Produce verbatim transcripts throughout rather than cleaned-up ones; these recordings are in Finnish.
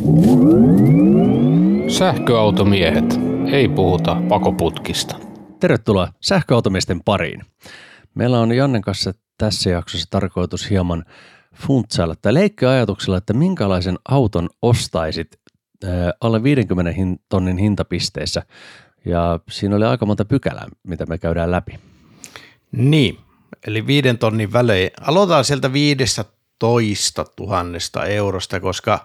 Sähköautomiehet, ei puhuta pakoputkista. Tervetuloa sähköautomiesten pariin. Meillä on Jannen kanssa tässä jaksossa tarkoitus hieman funtsailla tai leikkiä ajatuksella, että minkälaisen auton ostaisit ää, alle viidenkymmenen tonnin hintapisteissä. Ja siinä oli aika monta pykälää, mitä me käydään läpi. Niin, eli viiden tonnin välein. Aloitetaan sieltä viidestätoista tuhannesta eurosta, koska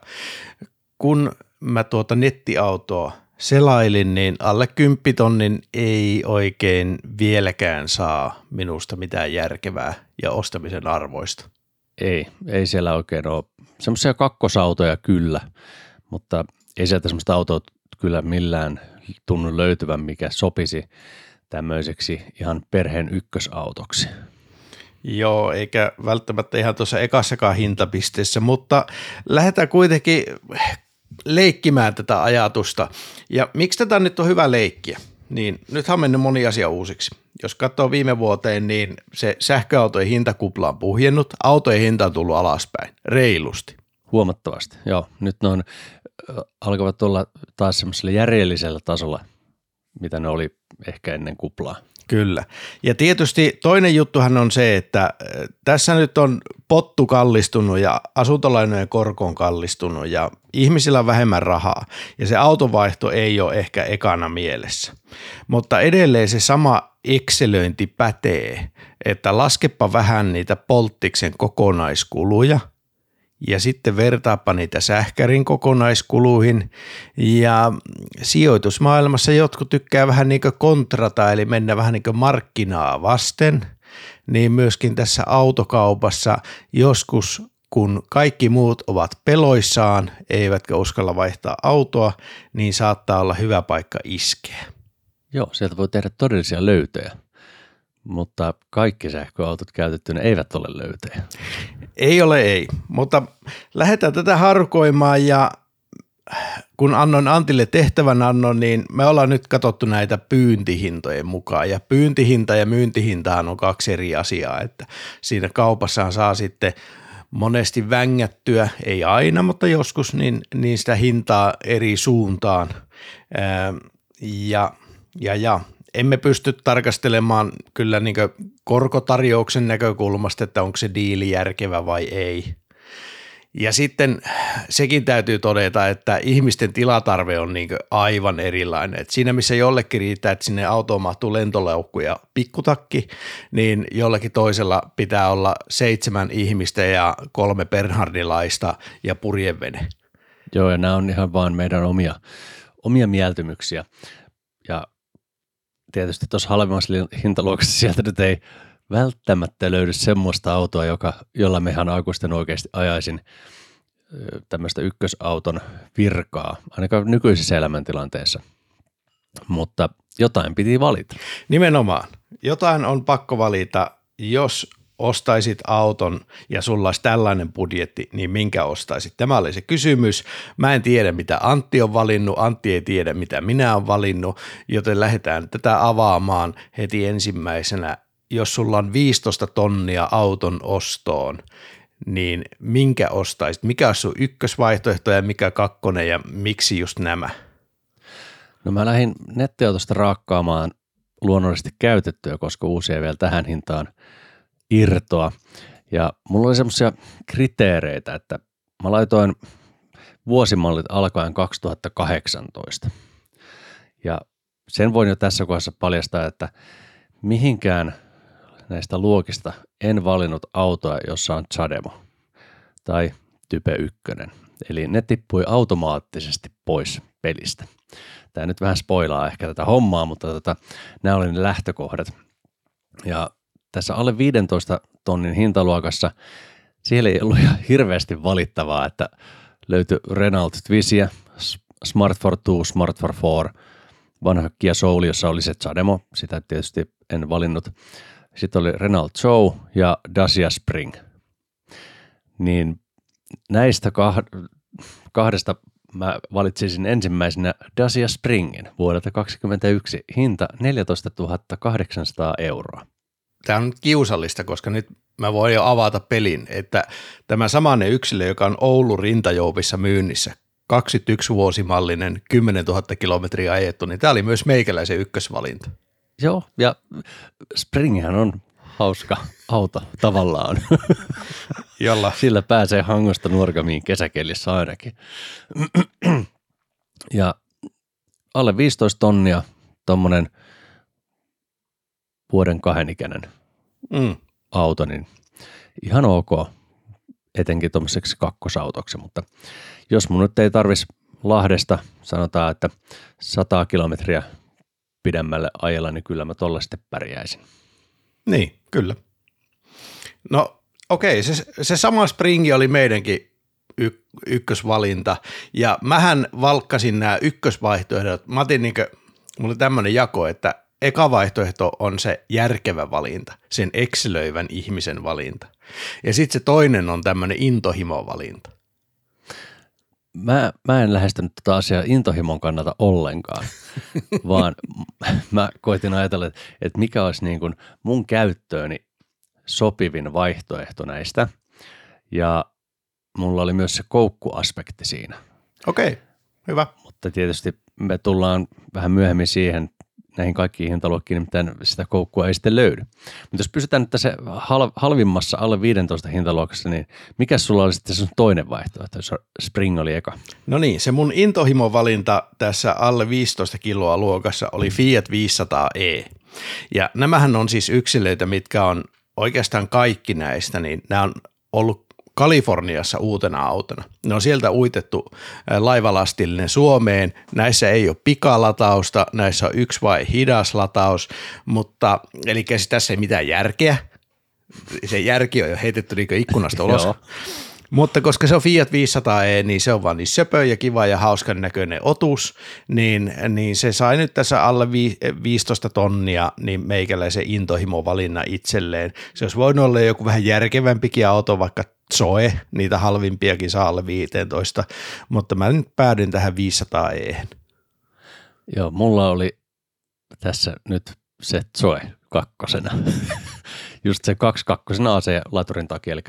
kun mä tuota nettiautoa selailin, niin alle kymppitonnin ei oikein vieläkään saa minusta mitään järkevää ja ostamisen arvoista. Ei, ei siellä oikein ole. Semmoisia kakkosautoja kyllä, mutta ei sieltä semmoista autoa kyllä millään tunnu löytyvän, mikä sopisi tämmöiseksi ihan perheen ykkösautoksi. Joo, eikä välttämättä ihan tuossa ekassakaan hintapisteessä, mutta lähdetään kuitenkin leikkimään tätä ajatusta. Ja miksi tätä nyt on hyvä leikkiä? Niin nythän on mennyt moni asia uusiksi. Jos katsoo viime vuoteen, niin se sähköautojen hintakupla on puhjennut, autojen hinta on tullut alaspäin, reilusti. Huomattavasti, joo. Nyt ne on, äh, alkavat olla taas semmoisella järjellisellä tasolla, mitä ne oli ehkä ennen kuplaa. Kyllä. Ja tietysti toinen juttuhan on se, että tässä nyt on pottu kallistunut ja asuntolainojen korko on kallistunut ja ihmisillä on vähemmän rahaa ja se autovaihto ei ole ehkä ekana mielessä. Mutta edelleen se sama excelöinti pätee, että laskepa vähän niitä polttiksen kokonaiskuluja ja sitten vertaappa niitä sähkärin kokonaiskuluihin ja sijoitusmaailmassa jotkut tykkää vähän niin kuin kontrata eli mennä vähän niin kuin markkinaa vasten, niin myöskin tässä autokaupassa joskus kun kaikki muut ovat peloissaan eivätkä uskalla vaihtaa autoa, niin saattaa olla hyvä paikka iskeä. Joo, sieltä voi tehdä todellisia löytöjä. Mutta kaikki sähköautot käytettynä eivät ole löytäjä. Ei ole ei, mutta lähdetään tätä harukoimaan ja kun annoin Antille tehtävän annon, niin me ollaan nyt katsottu näitä pyyntihintojen mukaan ja pyyntihinta ja myyntihintahan on kaksi eri asiaa, että siinä kaupassahan saa sitten monesti vängättyä, ei aina, mutta joskus niin, niin sitä hintaa eri suuntaan Ää, ja, ja, ja emme pysty tarkastelemaan kyllä niin kuin korkotarjouksen näkökulmasta, että onko se diili järkevä vai ei. Ja sitten sekin täytyy todeta, että ihmisten tilatarve on niin kuin aivan erilainen. Et siinä missä jollekin riittää, että sinne autoon mahtuu lentolaukku ja pikkutakki, niin jollakin toisella pitää olla seitsemän ihmistä ja kolme bernhardilaista ja purjevene. Joo, ja nämä on ihan vaan meidän omia, omia mieltymyksiä. Ja tietysti tuossa halvemmassa hintaluokassa sieltä nyt ei välttämättä löydy semmoista autoa, joka, jolla mehän aikuisten oikeasti ajaisin tämmöistä ykkösauton virkaa, ainakaan nykyisessä elämäntilanteessa. Mutta jotain piti valita. Nimenomaan. Jotain on pakko valita, jos ostaisit auton ja sulla olisi tällainen budjetti, niin minkä ostaisit? Tämä oli se kysymys. Mä en tiedä, mitä Antti on valinnut, Antti ei tiedä, mitä minä olen valinnut, joten lähdetään tätä avaamaan heti ensimmäisenä. Jos sulla on viisitoista tonnia auton ostoon, niin minkä ostaisit? Mikä on sun ykkösvaihtoehto ja mikä kakkonen ja miksi just nämä? No mä lähdin nettiautosta raakkaamaan luonnollisesti käytettyä, koska uusia vielä tähän hintaan irtoa. Ja mulla oli semmoisia kriteereitä, että mä laitoin vuosimallit alkaen kaksituhattakahdeksantoista. Ja sen voin jo tässä kohdassa paljastaa, että mihinkään näistä luokista en valinnut autoa, jossa on Chademo tai Type yksi. Eli ne tippui automaattisesti pois pelistä. Tämä nyt vähän spoilaa ehkä tätä hommaa, mutta tota, nämä oli ne lähtökohdat. Ja tässä alle viidentoista tonnin hintaluokassa siellä ei ollut ihan hirveästi valittavaa, että löytyi Renault Twizy, Smart for two, Smart for four, vanha Kia Soul, jossa oli se Chademo, sitä tietysti en valinnut. Sitten oli Renault Zoe ja Dacia Spring. Niin näistä kahdesta mä valitsisin ensimmäisenä Dacia Springin vuodelta kaksikymmentäyksi, hinta neljätoistatuhatta kahdeksansataa euroa. Tämä on kiusallista, koska nyt mä voin jo avata pelin, että tämä samainen yksilö, joka on Oulun Rintajoupissa myynnissä kaksikymmentäyksi-vuosimallinen, kymmenentuhatta kilometriä ajettu, niin tämä oli myös meikäläisen ykkösvalinta. Joo, ja Springhän on hauska auto tavallaan. Jolla. Sillä pääsee Hangosta Nuorgamiin kesäkelissä ainakin. Ja alle viisitoista tonnia tommonen vuoden kahden ikäinen mm. auto, niin ihan ok, etenkin tuommoiseksi kakkosautoksi, mutta jos mun nyt ei tarvitsisi Lahdesta, sanotaan, että sata kilometriä pidemmälle ajella, niin kyllä mä tolla sitten pärjäisin. Niin, kyllä. No okei, se, se sama Springi oli meidänkin y- ykkösvalinta, ja mähän valkkasin nämä ykkösvaihtoehdot. Mä otin niinkö, mulla oli tämmöinen jako, että eka vaihtoehto on se järkevä valinta, sen ekselöivän ihmisen valinta. Ja sitten se toinen on tämmöinen intohimo-valinta. Mä, mä en lähestynyt tätä asiaa intohimon kannalta ollenkaan, vaan mä koitin ajatella, että, että mikä olisi niin kuin mun käyttööni sopivin vaihtoehto näistä. Ja mulla oli myös se koukkuaspekti siinä. Okei, hyvä. Mutta tietysti me tullaan vähän myöhemmin siihen, näihin kaikkiin hintaluokkiin, nimittäin sitä koukkua ei sitten löydy. Mutta jos pysytään nyt tässä hal- halvimmassa alle viisitoista hintaluokassa, niin mikä sulla oli sitten sun toinen vaihtoehto, jos Spring oli eka? No niin, se mun intohimo-valinta tässä alle viisitoista kiloa luokassa oli Fiat viisisataa e. Ja nämähän on siis yksilöitä, mitkä on oikeastaan kaikki näistä, niin nämä on ollut Kaliforniassa uutena autona. Ne on sieltä uitettu laivalastillinen Suomeen. Näissä ei ole pikalatausta, näissä on yksi vai hidas lataus, mutta eli tässä ei mitään järkeä. Se järki on jo heitetty niin ikkunasta ulos. Mutta koska se on Fiat viisisataa e, niin se on vaan niin söpö ja kiva ja hauskan näköinen otus, niin, niin se sai nyt tässä alle viisitoista tonnia niin meikäläisen intohimo-valinnan itselleen. Se olisi voinut olla joku vähän järkevämpikin auto, vaikka Zoe, niitä halvimpiakin saa alle viisitoista, mutta mä nyt päädyin tähän viisisataa e. Joo, mulla oli tässä nyt se Zoe kakkosena, just se kaksi kakkosena ase laturin takia, eli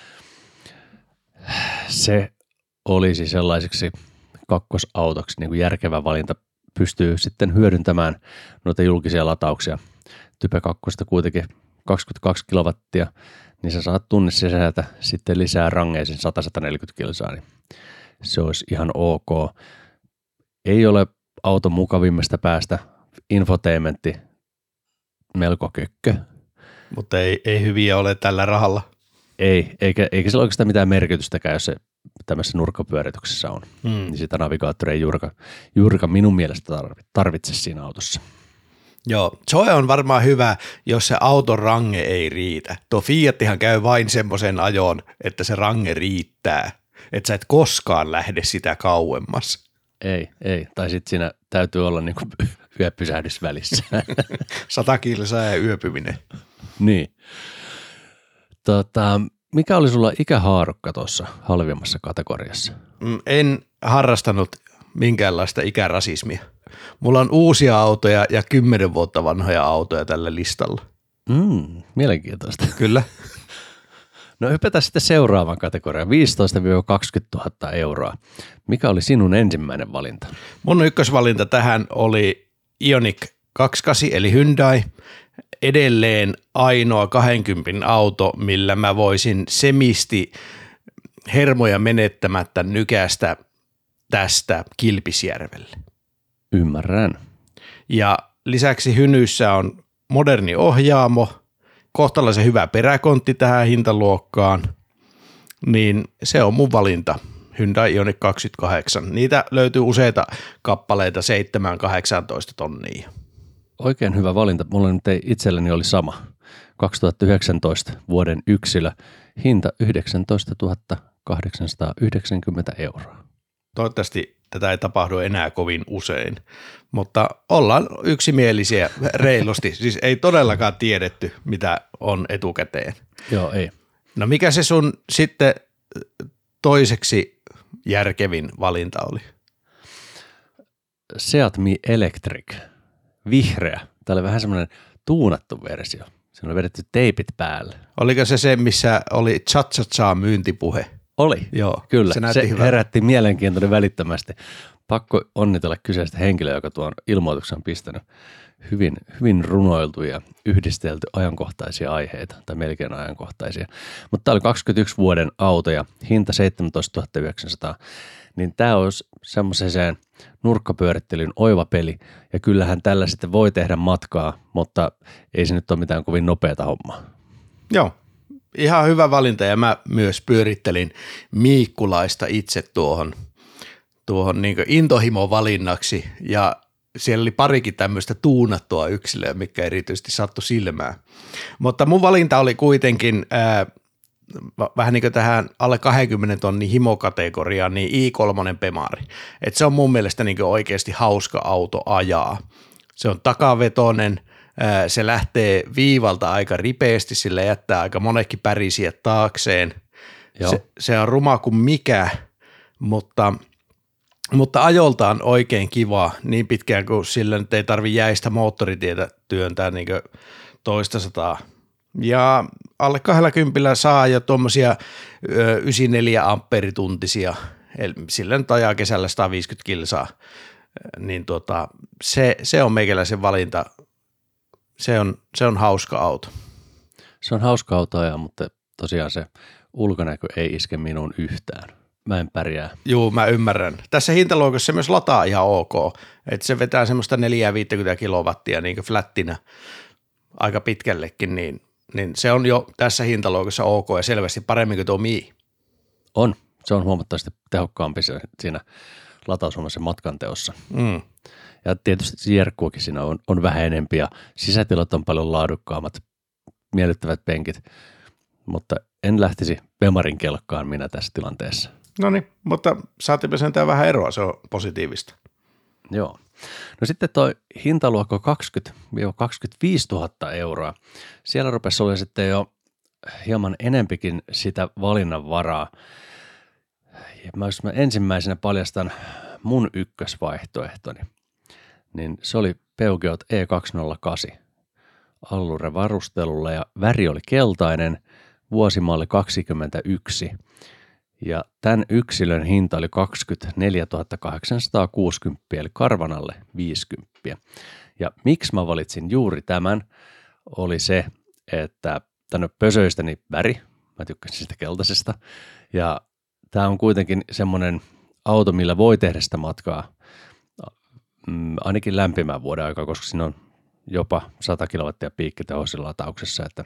se olisi sellaiseksi kakkosautoksi niin kuin järkevä valinta, pystyy sitten hyödyntämään noita julkisia latauksia. Type kakkosta kuitenkin kaksikymmentäkaksi kilowattia, niin sä saat tunnissa sisältä sitten lisää rangeisen sata sataneljäkymmentä kilsaa, niin se olisi ihan ok. Ei ole auton mukavimmasta päästä, infotainmentti melko kökkö. Mutta ei, ei hyviä ole tällä rahalla. Ei, eikä, eikä sillä oikeastaan mitään merkitystäkään, jos se tämmöisessä nurkkapyörityksessä on. Mm. Niin sitä navigaattoria ei juurikaan, juurikaan minun mielestä tarvitse siinä autossa. Joo, Zoe on varmaan hyvä, jos se auton range ei riitä. Tuo Fiattihan käy vain semmoisen ajon, että se range riittää, että sä et koskaan lähde sitä kauemmas. Ei, ei. Tai sitten siinä täytyy olla niinku yöpysähdys välissä. Sata kilsaa ja yöpyminen. Niin. Tota, mikä oli sulla ikähaarukka tuossa halvimmassa kategoriassa? En harrastanut minkäänlaista ikärasismia. Mulla on uusia autoja ja kymmenen vuotta vanhoja autoja tällä listalla. Mm, mielenkiintoista. Kyllä. No hypätään sitten seuraavaan kategoriaan, viisitoista kaksikymmentätuhatta euroa. Mikä oli sinun ensimmäinen valinta? Mun ykkösvalinta tähän oli Ioniq kaksikymmentäkahdeksan eli Hyundai. Edelleen ainoa kaksikymmentä auto, millä mä voisin semisti hermoja menettämättä nykästä tästä Kilpisjärvelle. Ymmärrän. Ja lisäksi Hynyssä on moderni ohjaamo, kohtalaisen hyvä peräkontti tähän hintaluokkaan, niin se on mun valinta, Hyundai Ioniq kaksikymmentäkahdeksan. Niitä löytyy useita kappaleita, seitsemän kahdeksantoista tonnia. Oikein hyvä valinta. Mulla nyt ei itselleni oli sama. kaksituhattayhdeksäntoista vuoden yksilö, hinta yhdeksäntoistatuhatta kahdeksansataayhdeksänkymmentä euroa. Toivottavasti tätä ei tapahdu enää kovin usein, mutta ollaan yksimielisiä reilusti. Siis ei todellakaan tiedetty, mitä on etukäteen. Joo, ei. No mikä se sun sitten toiseksi järkevin valinta oli? Seat Mii Electric, vihreä. Tämä oli vähän semmoinen tuunattu versio. Siinä oli vedetty teipit päälle. Oliko se se, missä oli cha-cha-cha myyntipuhe? Oli, Joo, kyllä. se Se, näytti se hyvältä. herätti mielenkiintoinen välittömästi. Pakko onnitella kyseistä henkilöä, joka tuon ilmoituksen on pistänyt. Hyvin, hyvin runoiltu ja yhdistelty ajankohtaisia aiheita, tai melkein ajankohtaisia. Mutta tämä oli kaksikymmentäyksi vuoden auto ja hinta seitsemäntoistatuhatta yhdeksänsataa. Niin tämä olisi semmoiseen nurkkapyörittelyn oiva peli. Ja kyllähän tällä sitten voi tehdä matkaa, mutta ei se nyt ole mitään kovin nopeata hommaa. Joo, ihan hyvä valinta ja mä myös pyörittelin Miikkulaista itse tuohon, tuohon niin intohimo-valinnaksi ja siellä oli parikin tämmöistä tuunattua yksilöä, mikä erityisesti sattui silmään. Mutta mun valinta oli kuitenkin ää, vähän niin kuin tähän alle kaksikymmentä tonnin himokategoriaan, niin i kolme Bemari. Et se on mun mielestä niin kuin oikeasti hauska auto ajaa. Se on takavetoinen, ää, se lähtee viivalta aika ripeästi, sillä jättää aika monetkin pärisiä taakseen. Se, se on ruma kuin mikä, mutta... Mutta ajoltaan oikein kiva, niin pitkään kuin sillä nyt ei tarvitse jäistä moottoritietä työntää niin toista sataa. Ja alle kaksikymmentä saa jo tuommoisia yhdeksänkymmentäneljä amperituntisia, eli sillä nyt ajaa kesällä sata viisikymmentä kilsaa, niin tota, se, se on meikäläisen valinta, se on, se on hauska auto. Se on hauska auto ajaa, mutta tosiaan se ulkonäkö ei iske minuun yhtään. Mä en pärjää. Juu, mä ymmärrän. Tässä hintaluokassa se myös lataa ihan ok, että se vetää semmoista neljäsataaviisikymmentä kilowattia niin kuin flättinä aika pitkällekin, niin, niin se on jo tässä hintaluokassa ok ja selvästi paremmin kuin tuo Mii. On, se on huomattavasti tehokkaampi se, siinä lataushommassa matkan teossa. Mm. Ja tietysti se jerkkuakin siinä on, on vähän enempi ja sisätilat on paljon laadukkaammat, miellyttävät penkit, mutta en lähtisi Bemarin kelkkaan minä tässä tilanteessa. No niin, mutta saatiinpa sentään vähän eroa, se on positiivista. Joo. No sitten toi hintaluokka kaksikymmentä kaksikymmentäviisituhatta euroa. Siellä rupesi olla sitten jo hieman enempikin sitä valinnan varaa. Ja mä, jos mä ensimmäisenä paljastan mun ykkösvaihtoehtoni, niin se oli Peugeot E kaksisataakahdeksan Allure-varustelulla ja väri oli keltainen, vuosimalli kaksikymmentäyksi. Ja tämän yksilön hinta oli kaksikymmentäneljätuhatta kahdeksansataakuusikymmentä, eli karvan alle viisikymmentä. Ja miksi mä valitsin juuri tämän, oli se, että tänne pösöistäni väri, mä tykkäsin sitä keltaisesta, ja tämä on kuitenkin semmoinen auto, millä voi tehdä sitä matkaa mm, ainakin lämpimään vuoden aikaa, koska siinä on jopa sata kilowattia piikkitehoisessa latauksessa, että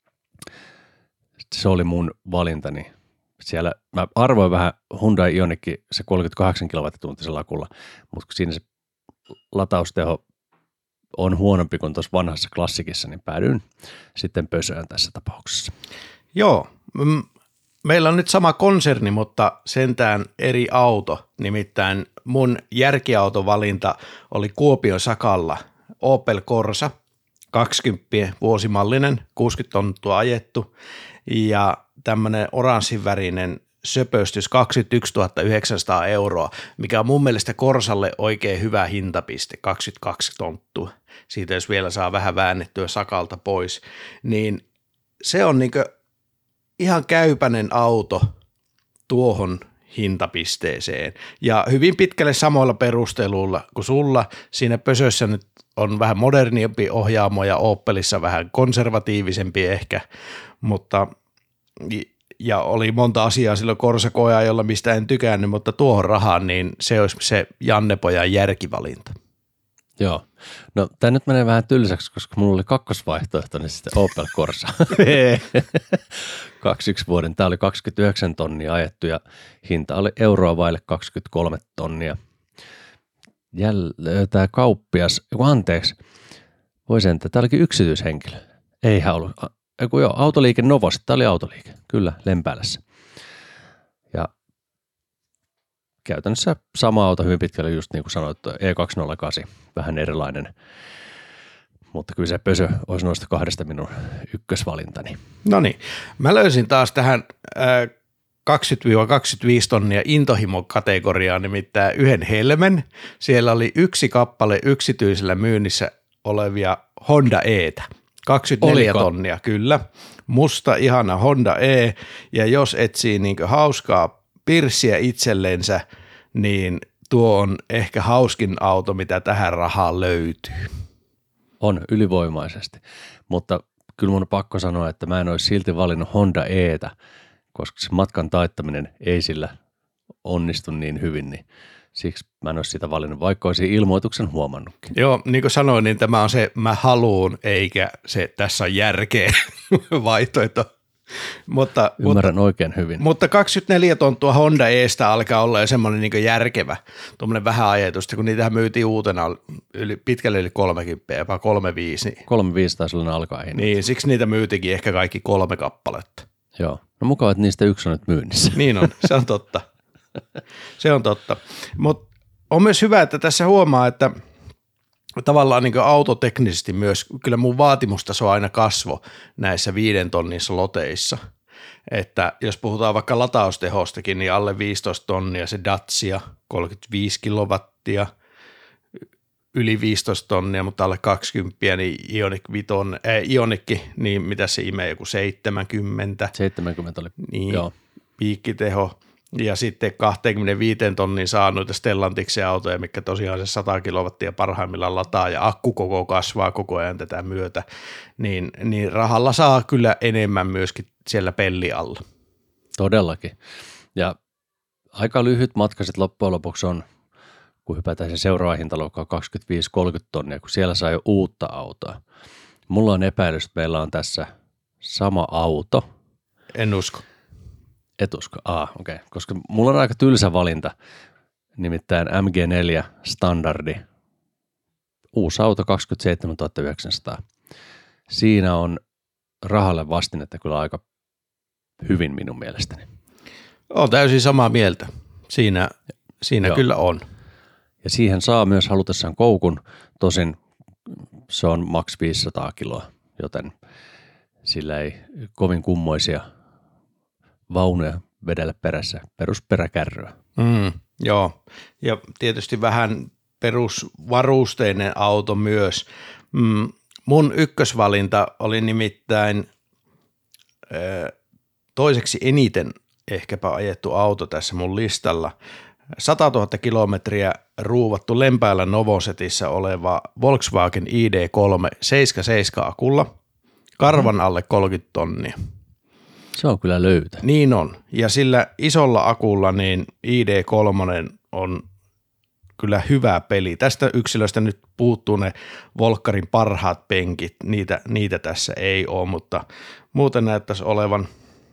se oli mun valintani. Siellä mä arvoin vähän Hyundai Ioniqin se kolmekymmentäkahdeksan kilowattituntia lakulla, mutta siinä se latausteho on huonompi kuin tuossa vanhassa klassikissa, niin päädyin sitten pösöön tässä tapauksessa. Joo, meillä on nyt sama konserni, mutta sentään eri auto, nimittäin mun järkiautovalinta oli Kuopion Sakalla Opel Corsa, kaksikymmentä vuosimallinen, kuusikymmentä tontua ajettu ja tämmöinen oranssinvärinen söpöstys kaksikymmentäyksituhatta yhdeksänsataa euroa, mikä on mun mielestä Corsalle oikein hyvä hintapiste, kaksikymmentäkaksi tonttua. Siitä jos vielä saa vähän väännettyä Sakalta pois, niin se on niinku ihan käypäinen auto tuohon hintapisteeseen ja hyvin pitkälle samoilla perusteluilla kuin sulla. Siinä pösössä nyt on vähän modernimpi ohjaamo ja Opelissa vähän konservatiivisempi ehkä, mutta ja oli monta asiaa silloin Corsa-koeajolla, mistä en tykännyt, mutta tuohon rahaan niin se olisi se Janne-pojan järkivalinta. Joo. No tämä nyt menee vähän tylsäksi, koska mulla oli kakkosvaihtoehto, niin sitten Opel Corsa. kaksikymmentäyksi vuoden. Tämä oli kaksikymmentäyhdeksän tonnia ajettu ja hinta oli euroa vaille kaksikymmentäkolme tonnia. Jäl- tämä kauppias, anteeksi, voi sen, että tämä olikin yksityishenkilö. Eihän ollut, eiku joo, Autoliike Novos, tämä oli Autoliike, kyllä, Lempäälässä. Ja käytännössä sama auto hyvin pitkälle, just niin kuin sanoit, E kaksisataakahdeksan, vähän erilainen, mutta kyllä se pösö olisi noista kahdesta minun ykkösvalintani. No niin, mä löysin taas tähän äh, kaksikymmentä kaksikymmentäviisi tonnia intohimo-kategoriaan, nimittäin yhden helmen. Siellä oli yksi kappale yksityisellä myynnissä olevia Honda E:tä, kaksikymmentäneljä Oliko? tonnia, kyllä. Musta ihana Honda E, ja jos etsii niin hauskaa pirssiä itsellensä, niin tuo on ehkä hauskin auto, mitä tähän rahaan löytyy. On ylivoimaisesti, mutta kyllä mun on pakko sanoa, että mä en olisi silti valinnut Honda Etä, koska se matkan taittaminen ei sillä onnistu niin hyvin, niin siksi mä en olisi sitä valinnut, vaikka olisin ilmoituksen huomannutkin. Joo, niin kuin sanoin, niin tämä on se mä haluun, eikä se tässä on järkeä vaihtoehto. Mutta, Ymmärrän mutta, oikein hyvin. mutta kaksikymmentäneljä tonttua Honda Estä alkaa olla jo semmoinen niin järkevä, tuommoinen vähän ajatusta, kun niitähän myytiin uutena yli, pitkälle yli kolmekymmentä, jopa kolmekymmentäviisi. Niin, kolme viisi taisi olla ne alkaa-hinnat. niin, siksi niitä myytikin ehkä kaikki kolme kappaletta. Joo, no mukava, että niistä yksi on nyt myynnissä. Niin on, se on totta. Se on totta. Mutta on myös hyvä, että tässä huomaa, että tavallaan niin autoteknisesti myös, kyllä mun vaatimustaso aina kasvo näissä viiden tonnin sloteissa. Että jos puhutaan vaikka lataustehostakin, niin alle viisitoista tonnia se Dacia, kolmekymmentäviisi kilowattia, yli viisitoista tonnia, mutta alle kaksikymmentä, niin Ioniq viisi, äh, Ioniq, niin mitä se imee, joku seitsemänkymmentä. seitsemänkymmentä oli, niin, joo. piikkiteho. Ja sitten kaksikymmentäviisi tonnin saa noita Stellantiksen autoja, mikä tosiaan se sata kilowattia parhaimmillaan lataa ja akku koko kasvaa koko ajan tätä myötä, niin, niin rahalla saa kyllä enemmän myöskin siellä pelli alla. Todellakin. Ja aika lyhyt matka sitten loppujen lopuksi on, kun hypätään se seuraava hintaluokka kaksikymmentäviisi kolmekymmentä tonnia, kun siellä saa jo uutta autoa. Mulla on epäilys, että meillä on tässä sama auto. En usko. Et usko. Ah, okei. Okay. Koska mulla on aika tylsä valinta, nimittäin M G neljä standardi, uusi auto kaksikymmentäseitsemäntuhatta yhdeksänsataa. Siinä on rahalle vastinetta kyllä aika hyvin minun mielestäni. Olen täysin samaa mieltä. Siinä, siinä kyllä on. Ja siihen saa myös halutessaan koukun, tosin se on maks viisisataa kiloa, joten sillä ei kovin kummoisia vaunuja vedellä perässä, perusperäkärryä. Mm, joo, ja tietysti vähän perusvarusteinen auto myös. Mm, mun ykkösvalinta oli nimittäin ö, toiseksi eniten ehkäpä ajettu auto tässä mun listalla. satatuhatta kilometriä ruuvattu Lempäälän Novosetissä oleva Volkswagen I D kolme seitsemänkymmentäseitsemän akulla, karvan alle kolmekymmentä tonnia. Se on kyllä löytä. Niin on, ja sillä isolla akulla niin I D kolme on kyllä hyvä peli. Tästä yksilöstä nyt puuttuu ne Volkkarin parhaat penkit, niitä, niitä tässä ei ole, mutta muuten näyttäisi olevan,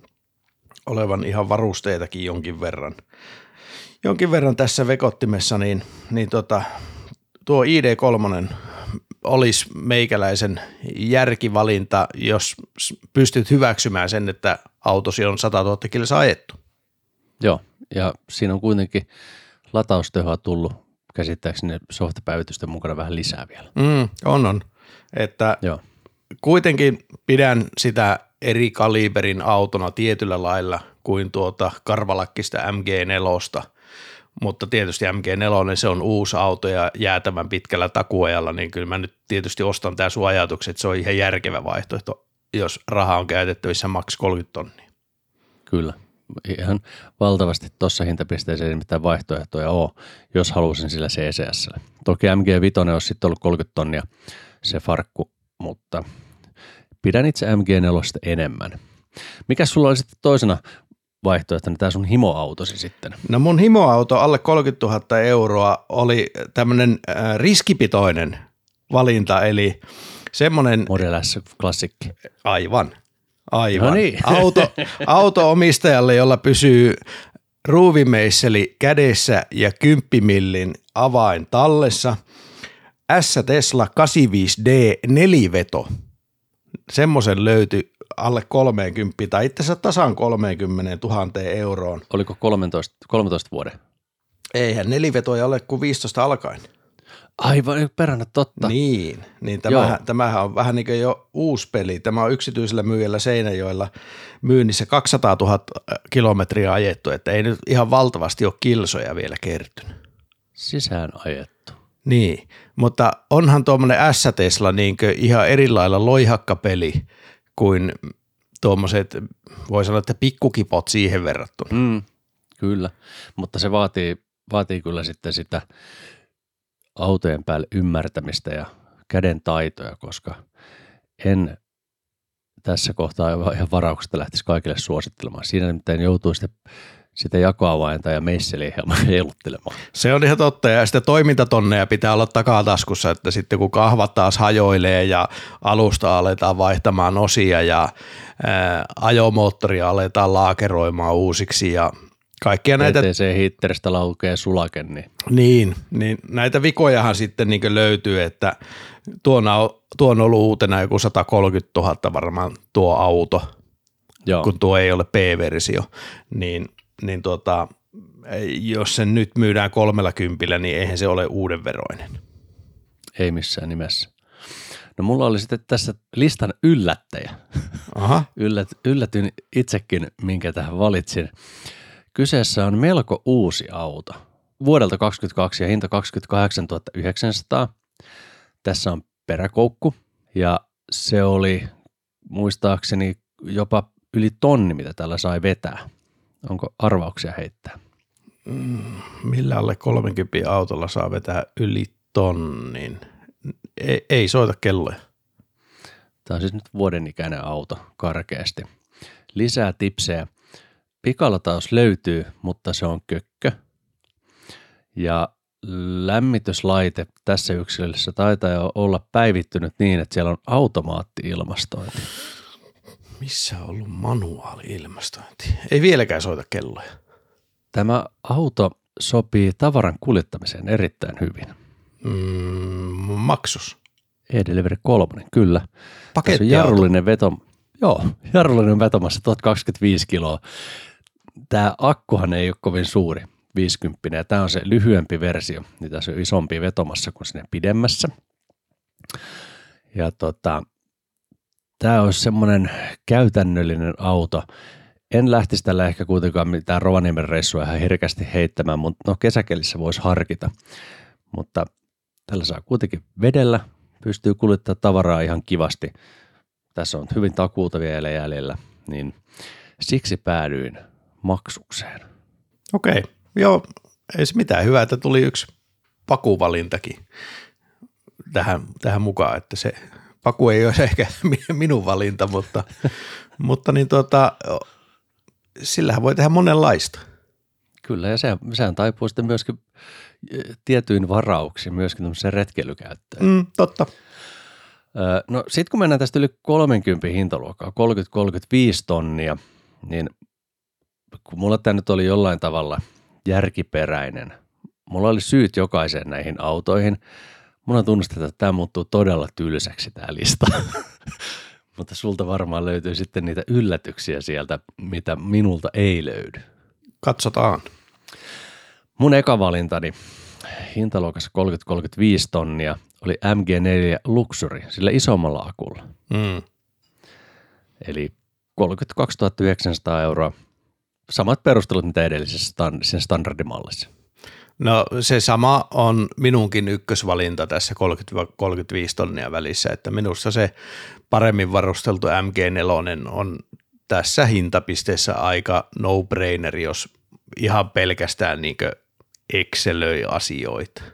olevan ihan varusteitakin jonkin verran. Jonkin verran tässä vekottimessa, niin, niin tota, tuo I D kolme olisi meikäläisen järkivalinta, jos pystyt hyväksymään sen, että autosi on satatuhatta kilsaa ajettu. Joo, ja siinä on kuitenkin lataustehoa tullut käsittääkseni softapäivitysten mukana vähän lisää vielä. Mm, on on, että Joo. kuitenkin pidän sitä eri kaliberin autona tietyllä lailla kuin tuota karvalakkista M G neljä, mutta tietysti M G neljä se on uusi auto ja jäätävän pitkällä takuajalla, niin kyllä mä nyt tietysti ostan tää sun ajatukset, että se on ihan järkevä vaihtoehto, jos raha on käytettävissä maks kolmekymmentä tonnia. Kyllä, ihan valtavasti tuossa hintapisteeseen ei mitään vaihtoehtoja ole, jos haluaisin sillä C C S:llä. Toki M G viisi olisi sitten ollut kolmekymmentä tonnia se farkku, mutta pidän itse M G neljä enemmän. Mikäs sulla oli sitten toisena vaihtoehtona tämä sun himoautosi sitten? No mun himoauto alle kolmekymmentätuhatta euroa oli tämmöinen äh, riskipitoinen valinta, eli semmoinen Model S klassikki. aivan, aivan. No niin. Auto, auto-omistajalle, jolla pysyy ruuvimeisseli kädessä ja kymppimillin avain tallessa, S Tesla kahdeksankymmentäviisi D neliveto. Semmoisen löytyi alle kolmekymmentä tai itse asiassa tasan kolmekymmentätuhatta euroon. Oliko kolmetoista, kolmetoista vuoden? Eihän nelivetoja ole kuin viisitoista alkaen. Aivan, peränä totta. Niin, niin tämähän, tämähän on vähän niin kuin jo uusi peli. Tämä on yksityisellä myyjällä Seinäjoella myynnissä kaksisataatuhatta kilometriä ajettu, että ei nyt ihan valtavasti ole kilsoja vielä kertynyt. Sisään ajettu. Niin, mutta onhan tuommoinen S-Tesla niinkö ihan eri lailla loihakkapeli kuin tuommoiset, voi sanoa, että pikkukipot siihen verrattuna. Mm, kyllä, mutta se vaatii, vaatii kyllä sitten sitä autojen päälle ymmärtämistä ja käden taitoja, koska en tässä kohtaa ihan varauksesta lähtisi kaikille suosittelemaan. Siinä nimittäin joutuu sitten sitä jakoavainta ja meisseliä heiluttelemaan. Se on ihan totta, ja sitä toimintatonneja pitää olla takataskussa, että sitten kun kahvat taas hajoilee ja alusta aletaan vaihtamaan osia ja ää, ajomoottoria aletaan laakeroimaan uusiksi ja kaikkia näitä. P T C-hitteristä laukee sulake. Niin. Niin, niin näitä vikojahan sitten niin löytyy, että tuo on, tuo on ollut uutena joku sata kolmekymmentätuhatta varmaan tuo auto, Joo. kun tuo ei ole P-versio, niin niin tuota, jos sen nyt myydään kolmella kympillä, niin eihän se ole uudenveroinen. Ei missään nimessä. No mulla oli sitten tässä listan yllättäjä. Aha. Yllät, yllätyin itsekin, minkä tähän valitsin. Kyseessä on melko uusi auto. Vuodelta kaksikymmentäkaksi ja hinta kaksikymmentäkahdeksantuhatta yhdeksänsataa. Tässä on peräkoukku ja se oli muistaakseni jopa yli tonni, mitä tällä sai vetää. Onko arvauksia heittää? Mm, millä alle kolmenkympin autolla saa vetää yli tonnin? Ei, ei soita kelloja. Tämä on siis nyt vuoden ikäinen auto karkeasti. Lisää tipsejä. Pikalataus löytyy, mutta se on kökkö. Ja lämmityslaite tässä yksilössä taitaa jo olla päivittynyt niin, että siellä on automaatti-ilmastointi. Missä on ollut manuaali-ilmastointi? Ei vieläkään soita kelloja. Tämä auto sopii tavaran kuljettamiseen erittäin hyvin. Mm, maksus. E-Delivery kolmonen, kyllä. Pakettiauto. Tässä on jarrullinen veto, joo, jarrullinen vetomassa tuhat kaksikymmentäviisi kiloa. Tämä akkuhan ei ole kovin suuri, viisikymmentä, ja tämä on se lyhyempi versio, niin tässä on isompi vetomassa kuin sinne pidemmässä. Ja tota, tämä olisi semmoinen käytännöllinen auto. En lähtisi tällä ehkä kuitenkaan mitään Rovaniemen reissua ihan herkästi heittämään, mutta no kesäkelissä voisi harkita. Mutta tällä saa kuitenkin vedellä, pystyy kuljettamaan tavaraa ihan kivasti. Tässä on hyvin takuuta vielä jäljellä, niin siksi päädyin maksukseen. Okei, joo, ei se mitään. Hyvä, että tuli yksi pakuvalintakin tähän, tähän mukaan, että se paku ei ole ehkä minun valinta, mutta, mutta niin tuota, sillähän voi tehdä monenlaista. Kyllä, ja sehän, sehän taipuu sitten myöskin tietyin varauksiin, myöskin tämmöiseen retkeilykäyttöön. Mm, totta. Öö, no sitten kun mennään tästä yli kolmekymmentä hintaluokkaa, kolmekymmentä kolmekymmentäviisi tonnia, niin kun mulla tämä nyt oli jollain tavalla järkiperäinen, mulla oli syyt jokaiseen näihin autoihin, mun on tunnistettu, että tämä muuttuu todella tylsäksi tämä lista. Mutta sulta varmaan löytyy sitten niitä yllätyksiä sieltä, mitä minulta ei löydy. Katsotaan. Mun eka valintani hintaluokassa kolmekymmentä kolmekymmentäviisi tonnia oli M G neljä Luxury, sillä isommalla akulla. Mm. Eli kolmekymmentäkaksituhatta yhdeksänsataa euroa. Samat perustelut, mitä edellisessä stand- standardimallissa. No se sama on minunkin ykkösvalinta tässä kolmekymmentä kolmekymmentäviisi tonnia välissä, että minusta se paremmin varusteltu M G neljä on tässä hintapisteessä aika no-brainer, jos ihan pelkästään niinkö excelöi asioita.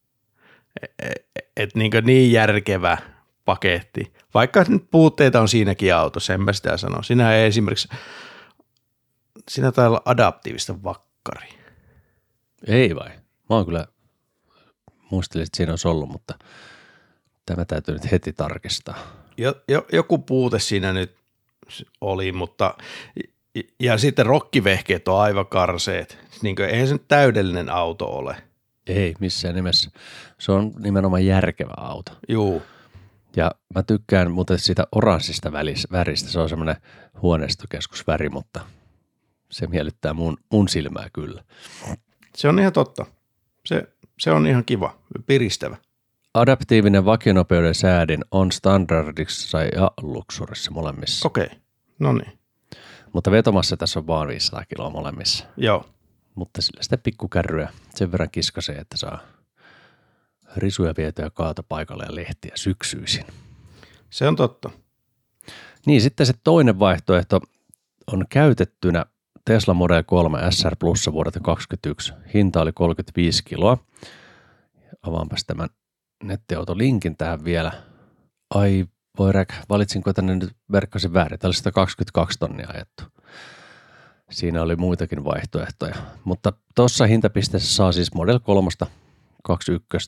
Et niinkö niin järkevä paketti, vaikka nyt puutteita on siinäkin autossa, en mä sitä sano. Siinä ei esimerkiksi, siinä taitaa olla adaptiivista vakkari. Ei vai? Mä oon kyllä, muistelin, että siinä olisi ollut, mutta tämä täytyy nyt heti tarkistaa. Jo, jo, joku puute siinä nyt oli, mutta ja sitten rokkivehkeet on aivan karseet. Niin kuin, eihän se nyt täydellinen auto ole. Ei missään nimessä. Se on nimenomaan järkevä auto. Juu. Ja mä tykkään muuten siitä oranssista väristä. Se on semmoinen huoneistokeskusväri, mutta se miellyttää mun, mun silmää kyllä. Se on ihan totta. Se, se on ihan kiva, piristävä. Adaptiivinen vakionopeuden säädin on standardissa ja Luxurissa molemmissa. Okei, no niin. Mutta vetomassa tässä on vaan viisisataa kiloa molemmissa. Joo. Mutta sillä sitä pikkukärryä sen verran kiskasee, että saa risuja vietyä kaatopaikalle ja lehtiä syksyisin. Se on totta. Niin, sitten se toinen vaihtoehto on käytettynä Tesla Model kolme S R Plus vuodelta kaksikymmentäyksi. Hinta oli kolmekymmentäviisi kiloa. Avaanpas tämän nettiautolinkin tähän vielä. Ai voi räk, valitsinko tänne nyt verkkasin väärin. Tämä oli sata kaksikymmentäkaksi tonnia ajettu. Siinä oli muitakin vaihtoehtoja. Mutta tuossa hintapisteessä saa siis Model kolme kaksikymmentäyksi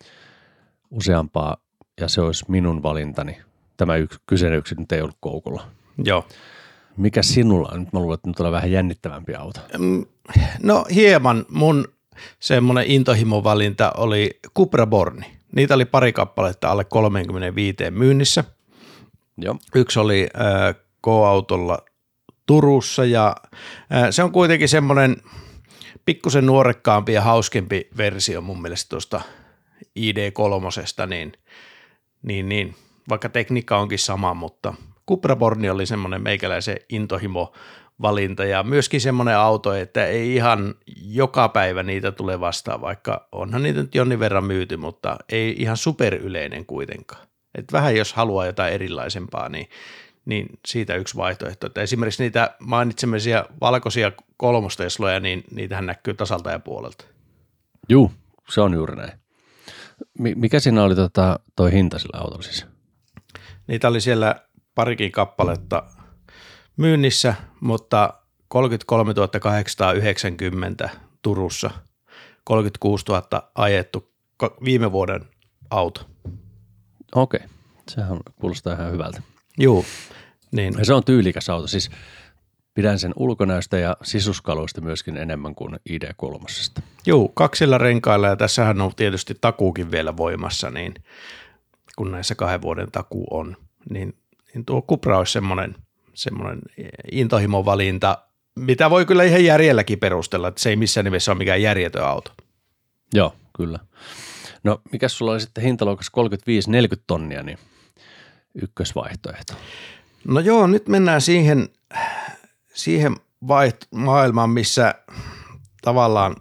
useampaa ja se olisi minun valintani. Tämä yksi, kyseinen yksi nyt ei ollut koukulla. Joo. Mikä sinulla on? Nyt mä luulen, että nyt tulee vähän jännittävämpi auto. No hieman mun semmoinen intohimovalinta oli Cupra Borni. Niitä oli pari kappaletta alle kolmekymmentäviisi myynnissä. Joo. Yksi oli äh, K-autolla Turussa ja äh, se on kuitenkin semmoinen pikkusen nuorekkaampi ja hauskempi versio mun mielestä tuosta I D kolme, niin, niin, niin vaikka tekniikka onkin sama, mutta Cupra Borni oli semmoinen meikäläisen intohimo-valinta ja myöskin semmoinen auto, että ei ihan joka päivä niitä tule vastaan, vaikka onhan niitä nyt jonnin verran myyty, mutta ei ihan superyleinen kuitenkaan. Et vähän jos haluaa jotain erilaisempaa, niin, niin siitä yksi vaihtoehto. Että esimerkiksi niitä mainitsemisia valkoisia kolmostesloja, niin niitähän näkyy tasalta ja puolelta. Juu, se on juuri näin. Mikä siinä oli tota, toi hinta sillä autolla siis? Niitä oli siellä parikin kappaletta myynnissä, mutta kolmekymmentäkolmetuhatta kahdeksansataayhdeksänkymmentä Turussa, kolmekymmentäkuusituhatta ajettu viime vuoden auto. Okei, sehän kuulostaa ihan hyvältä. Juu. Niin. Ja se on tyylikäs auto, siis pidän sen ulkonäöstä ja sisuskaluista myöskin enemmän kuin I D kolme. Juu, kaksilla renkailla ja tässähän on tietysti takuukin vielä voimassa, niin kun näissä kahden vuoden takuu on, niin, niin tuo Cupra olisi semmoinen, semmoinen intohimovalinta, mitä voi kyllä ihan järjelläkin perustella, että se ei missään nimessä ole mikään järjetön auto. Joo, kyllä. No mikäs sulla oli sitten hintaluokassa kolmekymmentäviisi neljäkymmentä tonnia, niin ykkösvaihtoehto? No joo, nyt mennään siihen, siihen vaiht- maailmaan, missä tavallaan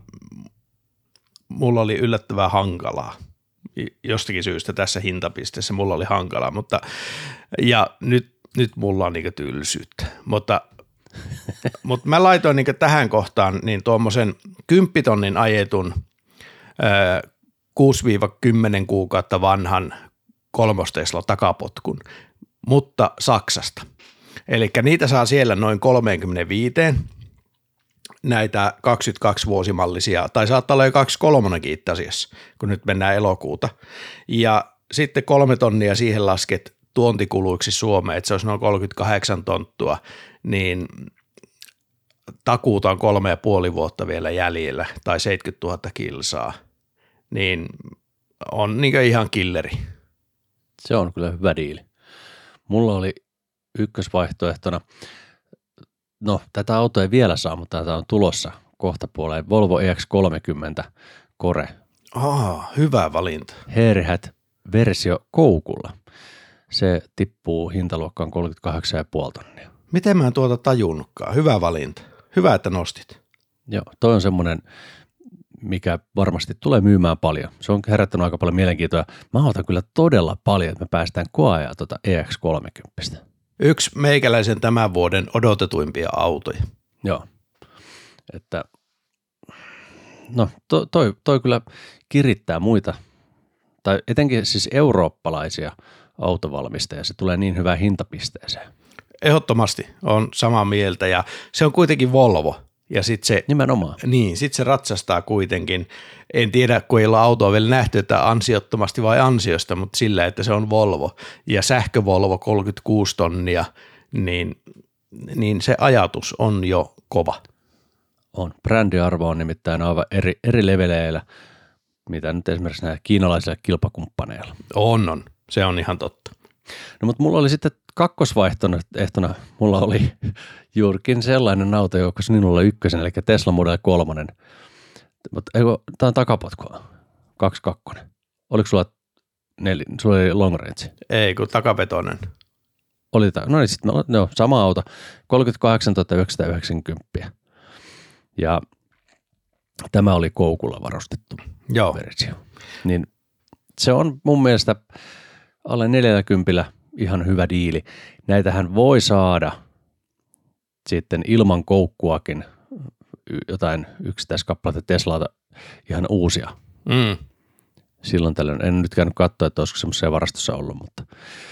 mulla oli yllättävän hankalaa. Jostakin syystä tässä hintapisteessä mulla oli hankalaa, mutta ja nyt, nyt mulla on niinku tylsyyttä, mutta, mutta mä laitoin niinku tähän kohtaan niin tuommoisen kymppitonnin ajetun ää, kuusi kymmenen kuukautta vanhan kolmostesla takapotkun, mutta Saksasta. Eli niitä saa siellä noin kolmekymmentäviisi näitä kaksikymmentäkaksi vuosimallisia, tai saattaa olla jo kaksikymmentäkolme itse asiassa, kun nyt mennään elokuuta. Ja sitten kolme tonnia siihen lasket tuontikuluiksi Suomeen, että se olisi noin kolmekymmentäkahdeksan tonttua, niin takuuta on kolme ja puoli vuotta vielä jäljellä, tai seitsemänkymmentätuhatta kilsaa, niin on niin ihan killeri. Se on kyllä hyvä diili. Mulla oli ykkösvaihtoehtona, no tätä autoa ei vielä saa, mutta tätä on tulossa kohta puoleen, Volvo E X kolmekymmentä Core. Ah, hyvä valinta. Hairhead-versio koukulla. Se tippuu hintaluokkaan kolmekymmentäkahdeksan pilkku viisi tonnia. Miten mä en tuota tajunnutkaan? Hyvä valinta. Hyvä, että nostit. Joo, toi on semmoinen, mikä varmasti tulee myymään paljon. Se on herättänyt aika paljon mielenkiintoa. Mä otan kyllä todella paljon, että me päästään koeajaa tuota E X kolmekymmentä. Yksi meikäläisen tämän vuoden odotetuimpia autoja. Joo, että no toi, toi, toi kyllä kirittää muita, tai etenkin siis eurooppalaisia autovalmistajia. Se tulee niin hyvään hintapisteeseen. Ehdottomasti on samaa mieltä ja se on kuitenkin Volvo. Ja sit se, nimenomaan. Niin, sit se ratsastaa kuitenkin. En tiedä, kun ei ole autoa vielä nähty, että ansiottomasti vai ansiosta, mutta sillä, että se on Volvo ja sähkövolvo kolmekymmentäkuusi tonnia, niin, niin se ajatus on jo kova. On. Brändiarvo on nimittäin aivan eri, eri leveleillä, mitä nyt esimerkiksi näillä kiinalaisilla kilpakumppaneilla. On, on. Se on ihan totta. No mutta mulla oli sitten kakkosvaihtona, ehtona, mulla oli juurikin sellainen auto, joka sinulla ykkösen, eli Tesla Model kolme. Mutta tämä on takapotkua, kaksi kakkonen. Oliko sulla neli, sulla oli long range? Ei, kun takapetoinen. Oli ta- no niin, sitten no, sama auto, kolmekymmentäkahdeksantuhatta yhdeksänsataayhdeksänkymmentä. Ja tämä oli koukulla varustettu Joo. versio. Niin se on mun mielestä alle neljäkymmentä ihan hyvä diili. Näitähän voi saada sitten ilman koukkuakin jotain yksittäiskappaleita Teslata ihan uusia. Mm. Silloin tällöin. En nyt käynyt katsoa, että olisiko semmoisia varastossa ollut, mutta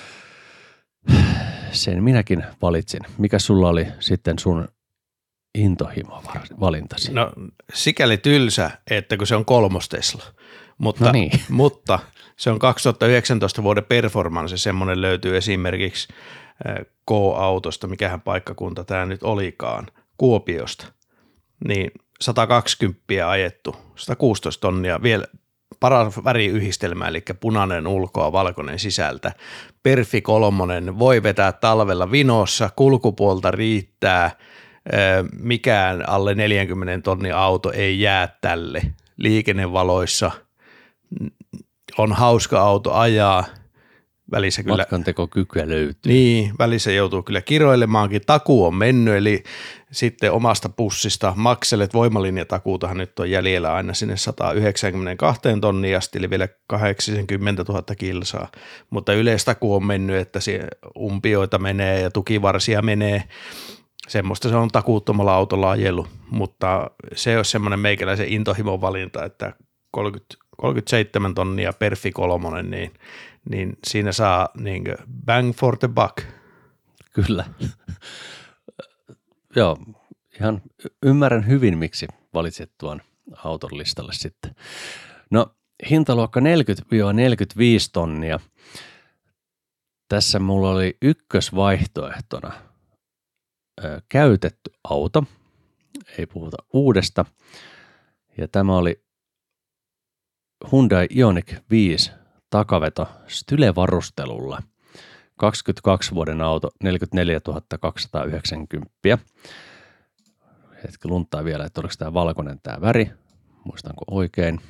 sen minäkin valitsin. Mikä sulla oli sitten sun intohimo valintasi? No sikäli tylsä, että kun se on kolmos Tesla, mutta, no niin. mutta se on kaksituhattayhdeksäntoista vuoden performance, semmoinen löytyy esimerkiksi K-autosta, mikähän paikkakunta tämä nyt olikaan, Kuopiosta, niin sata kaksikymmentä ajettu, sata kuusitoista tonnia, vielä paras väriyhdistelmä, eli punainen ulkoa, valkoinen sisältä, Perfi kolmonen, voi vetää talvella vinossa, kulkupuolta riittää, mikään alle neljänkymmenen tonnin auto ei jää tälle, liikennevaloissa, on hauska auto ajaa, välissä kyllä matkantekokykyä löytyy. Niin, välissä joutuu kyllä kiroilemaankin, takuu on mennyt, eli sitten omasta pussista makselet voimalinjatakuutahan nyt on jäljellä aina sinne sata yhdeksänkymmentäkaksi tonnia asti, eli vielä kahdeksankymmentätuhatta kilsaa, mutta yleistakuu on mennyt, että umpioita menee ja tukivarsia menee, semmoista se on takuuttomalla autolla ajellut, mutta se olisi semmoinen meikäläisen intohimon valinta, että kolmekymmentä, kolmekymmentäseitsemän tonnia Perfi kolmonen, niin, niin siinä saa niin bang for the buck. Kyllä. Joo, ihan ymmärrän hyvin, miksi valitsit tuon auton listalle sitten. No, hintaluokka neljäkymmentä neljäkymmentäviisi tonnia. Tässä mulla oli ykkösvaihtoehtona ö, käytetty auto, ei puhuta uudesta, ja tämä oli Hyundai Ioniq viisi takaveto Style-varustelulla. kaksikymmentäkaksi vuoden auto, neljäkymmentäneljätuhatta kaksisataayhdeksänkymmentä. Hetki lunttaa vielä, että oliko tämä valkoinen tämä väri. Muistanko oikein?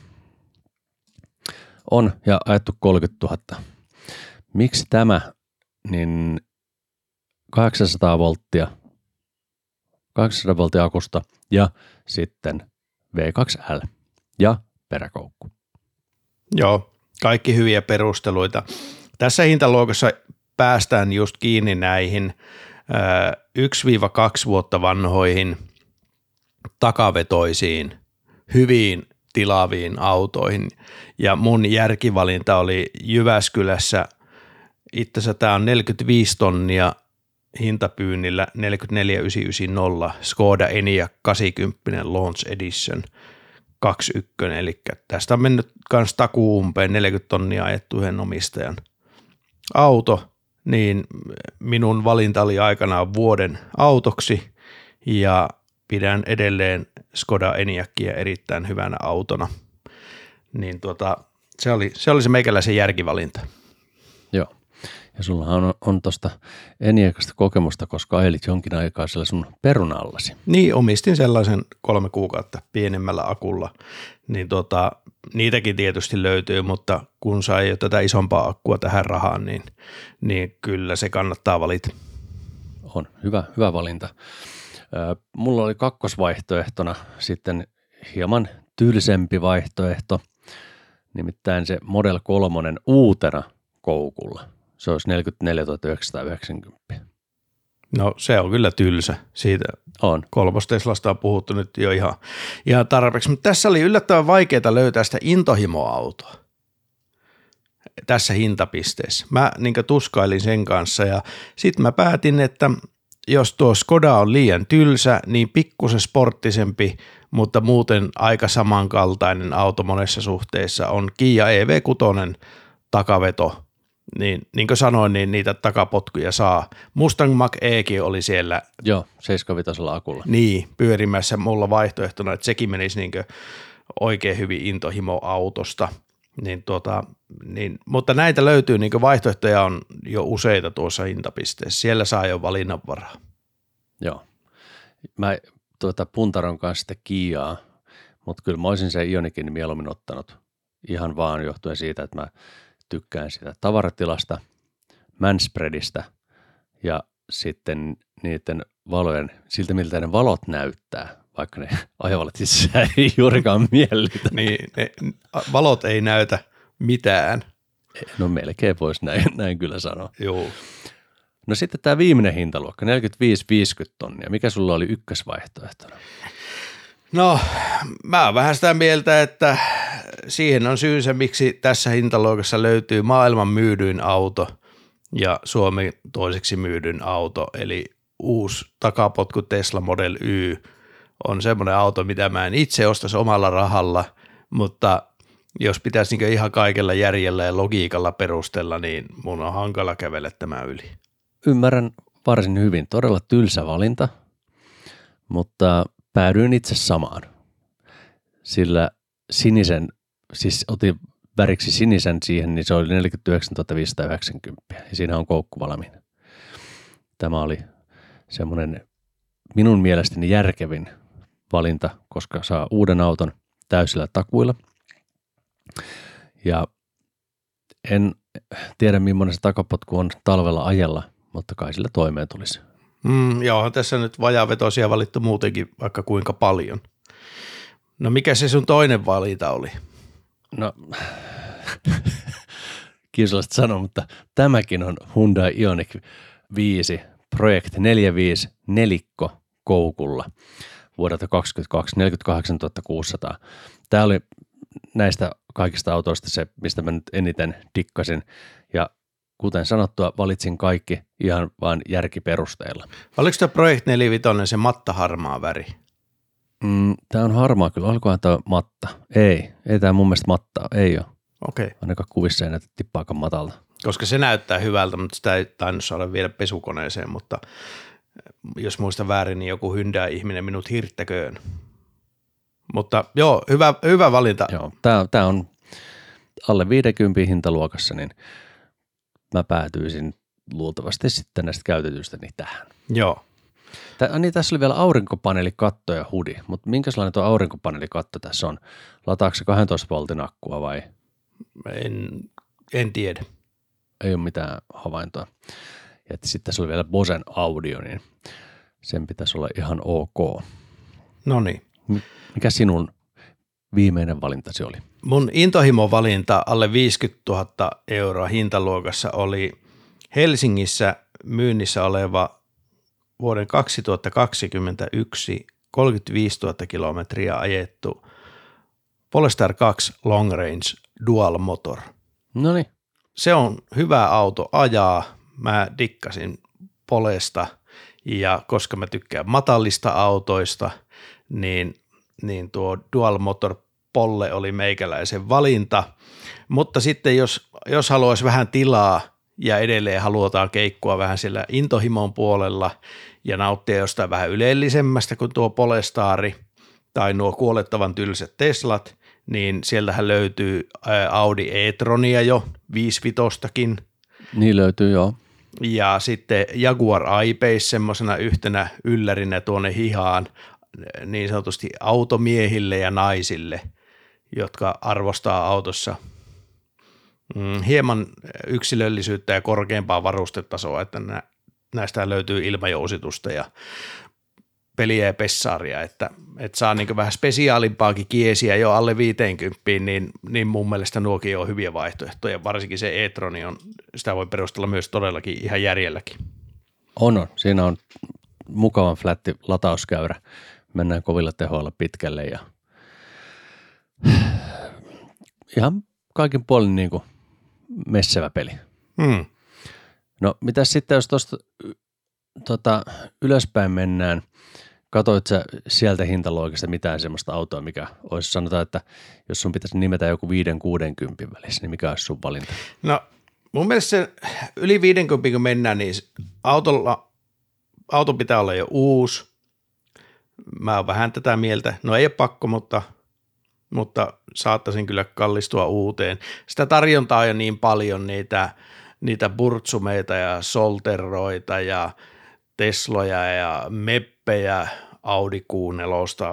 On, ja ajettu kolmekymmentätuhatta. Miksi tämä? Niin kahdeksansataa volttia, kahdeksansataa volttia akusta ja sitten V kaksi L ja peräkoukku. Joo, kaikki hyviä perusteluita. Tässä hintaluokassa päästään just kiinni näihin yksi kaksi vuotta vanhoihin takavetoisiin, hyviin tilaaviin autoihin. Ja mun järkivalinta oli Jyväskylässä, itse asiassa tämä on neljäkymmentäviisi tonnia hintapyynnillä, neljäkymmentäneljä tuhatta yhdeksänsataayhdeksänkymmentä Skoda Enyaq kahdeksankymmentä Launch Edition kaksikymmentäyksi, eli tästä on mennyt kans takuu umpeen, neljäkymmentä tonnia ajettu yhden omistajan auto, niin minun valinta oli aikanaan vuoden autoksi ja pidän edelleen Skoda Enyaqia erittäin hyvänä autona, niin tuota, se oli se, oli se meikäläisen järkivalinta. Joo, ja sullahan on, on tuosta Enyaqista kokemusta, koska ajelit jonkin aikaa siellä sun peruna-allasi. Niin, omistin sellaisen kolme kuukautta pienemmällä akulla, niin tota, niitäkin tietysti löytyy, mutta kun sai jo tätä isompaa akkua tähän rahaan, niin, niin kyllä se kannattaa valita. On, hyvä, hyvä valinta. Mulla oli kakkosvaihtoehtona sitten hieman tylsempi vaihtoehto, nimittäin se Model kolme uutena koukulla. Se olisi neljäkymmentäneljätuhatta yhdeksänsataayhdeksänkymmentä. No se on kyllä tylsä. Siitä on. Kolmos Teslasta on puhuttu nyt jo ihan, ihan tarpeeksi, mutta tässä oli yllättävän vaikeaa löytää sitä intohimoautoa tässä hintapisteessä. Mä niin tuskailin sen kanssa ja sitten mä päätin, että jos tuo Skoda on liian tylsä, niin pikkusen sporttisempi, mutta muuten aika samankaltainen auto monessa suhteessa on Kia E V kuusi takaveto. Niin, niin kuin sanoin, niin niitä takapotkuja saa. Mustang Mach-Ekin oli siellä. Joo, seitsemänkymmentäviisi akulla. Niin, pyörimässä mulla vaihtoehtona, että sekin menisi niin oikein hyvin intohimo-autosta. Niin tuota, niin, mutta näitä löytyy, niin vaihtoehtoja on jo useita tuossa hintapisteessä. Siellä saa jo valinnanvaraa. Joo. Mä tuota, puntaron kanssa sitä Kiaa, mutta kyllä mä olisin sen Ioniqin mieluummin ottanut ihan vaan johtuen siitä, että mä tykkään sitä tavaratilasta, manspreadista ja sitten niiden valojen, siltä miltä ne valot näyttää, vaikka ne ajavat itsessään ei juurikaan miellytä. Niin, ne, valot ei näytä mitään. No melkein voisi näin, näin kyllä sanoa. Joo. No sitten tämä viimeinen hintaluokka, neljäkymmentäviisi viisikymmentä tonnia. Mikä sulla oli ykkösvaihtoehtona? No, mä oon vähän sitä mieltä, että siihen on syynsä, miksi tässä hintaluokassa löytyy maailman myydyin auto ja Suomen toiseksi myydyin auto, eli uusi takapotku Tesla Model Y on semmoinen auto, mitä mä en itse ostaisi omalla rahalla, mutta jos pitäisi niin ihan kaikella järjellä ja logiikalla perustella, niin mun on hankala kävellä tämä yli. Ymmärrän varsin hyvin. Todella tylsä valinta, mutta päädyin itse samaan. Sillä sinisen, siis otin väriksi sinisen siihen, niin se oli neljäkymmentäyhdeksäntuhatta viisisataayhdeksänkymmentä ja siinä on koukku valmiina. Tämä oli semmoinen minun mielestäni järkevin valinta, koska saa uuden auton täysillä takuilla. Ja en tiedä, millainen se takapotku on talvella ajella, mutta kai sillä toimeen tulisi. Mm, joo, tässä nyt vajavetosia valittu muutenkin vaikka kuinka paljon. No mikä se sun toinen valinta oli? No, kiusallista sanoa, mutta tämäkin on Hyundai Ioniq viisi Project neljäkymmentäviisi nelikko koukulla vuodelta kaksikymmentäkaksi neljäkymmentäkahdeksantuhatta kuusisataa. Tämä oli näistä kaikista autoista se, mistä mä nyt eniten dikkasin ja kuten sanottua, valitsin kaikki ihan vain järkiperusteella. Oliko tämä Project neljäkymmentäviisi se mattaharmaa väri? Mm, tämä on harmaa kyllä. Olikohan tämä matta? Ei. Ei tämä mun mielestä mattaa. Ei ole. Okei. Okay. Ainakaan kuvissa ei näytä tippaakaan matalta. Koska se näyttää hyvältä, mutta sitä ei tainnut saada viedä pesukoneeseen, mutta jos muista väärin, niin joku Hyundai-ihminen minut hirttäköön. Mutta joo, hyvä, hyvä valinta. Joo, tämä, tämä on alle viisikymmentä hintaluokassa, niin mä päätyisin luultavasti sitten näistä käytetyistä niin tähän. Joo. Tää, niin tässä oli vielä aurinkopaneelikatto ja hudi, mutta minkälainen tuo aurinkopaneelikatto tässä on? Lataako se kaksitoista voltin akkua vai? En, en tiedä. Ei ole mitään havaintoa. Ja sitten tässä oli vielä Bosen audio, niin sen pitäisi olla ihan ok. No niin. Mikä sinun viimeinen valintasi oli? Mun intohimo-valinta alle viisikymmentätuhatta euroa hintaluokassa oli Helsingissä myynnissä oleva vuoden kaksituhattakaksikymmentäyksi kolmekymmentäviisituhatta kilometriä ajettu Polestar kaksi Long Range Dual Motor. No niin. Se on hyvä auto ajaa. Mä dikkasin Polesta ja koska mä tykkään matallista autoista, niin, niin tuo Dual Motor Polle oli meikäläisen valinta. Mutta sitten jos, jos haluaisi vähän tilaa ja edelleen halutaan keikkua vähän siellä intohimon puolella ja nauttia jostain vähän ylellisemmästä kuin tuo Polestari tai nuo kuolettavan tylsät Teslat, niin sieltähän löytyy Audi e-tronia jo, viisivitostakin. Niin löytyy, joo. Ja sitten Jaguar I-Pace semmoisena yhtenä yllärinä tuonne hihaan niin sanotusti automiehille ja naisille, jotka arvostaa autossa hieman yksilöllisyyttä ja korkeampaa varustetasoa, että näistä löytyy ilmajousitusta ja peliä ja pessaaria, että, että saa niin vähän spesiaalimpaakin kiesiä jo alle viisikymmentä, niin, niin mun mielestä nuokin on hyviä vaihtoehtoja, varsinkin se e-troni on, sitä voi perustella myös todellakin ihan järjelläkin. On, on. Siinä on mukavan flätti latauskäyrä, mennään kovilla tehoilla pitkälle ja ihan kaikin puolin niin kuin messevä peli. Hmm. No mitäs sitten, jos tuosta tota, ylöspäin mennään, katoit sä sieltä hintaluokista mitään semmoista autoa, mikä olisi sanotaan, että jos sun pitäisi nimetä joku viiden kuudenkympin välissä, niin mikä olisi sun valinta? No mun mielestä se yli viidenkympin kun mennään, niin autolla, auto pitää olla jo uusi. Mä oon vähän tätä mieltä. No ei ole pakko, mutta, mutta saattaisin kyllä kallistua uuteen. Sitä tarjontaa on jo niin paljon niitä, niitä burtsumeita ja solteroita ja Tesloja ja meppejä, Audi Q neljä,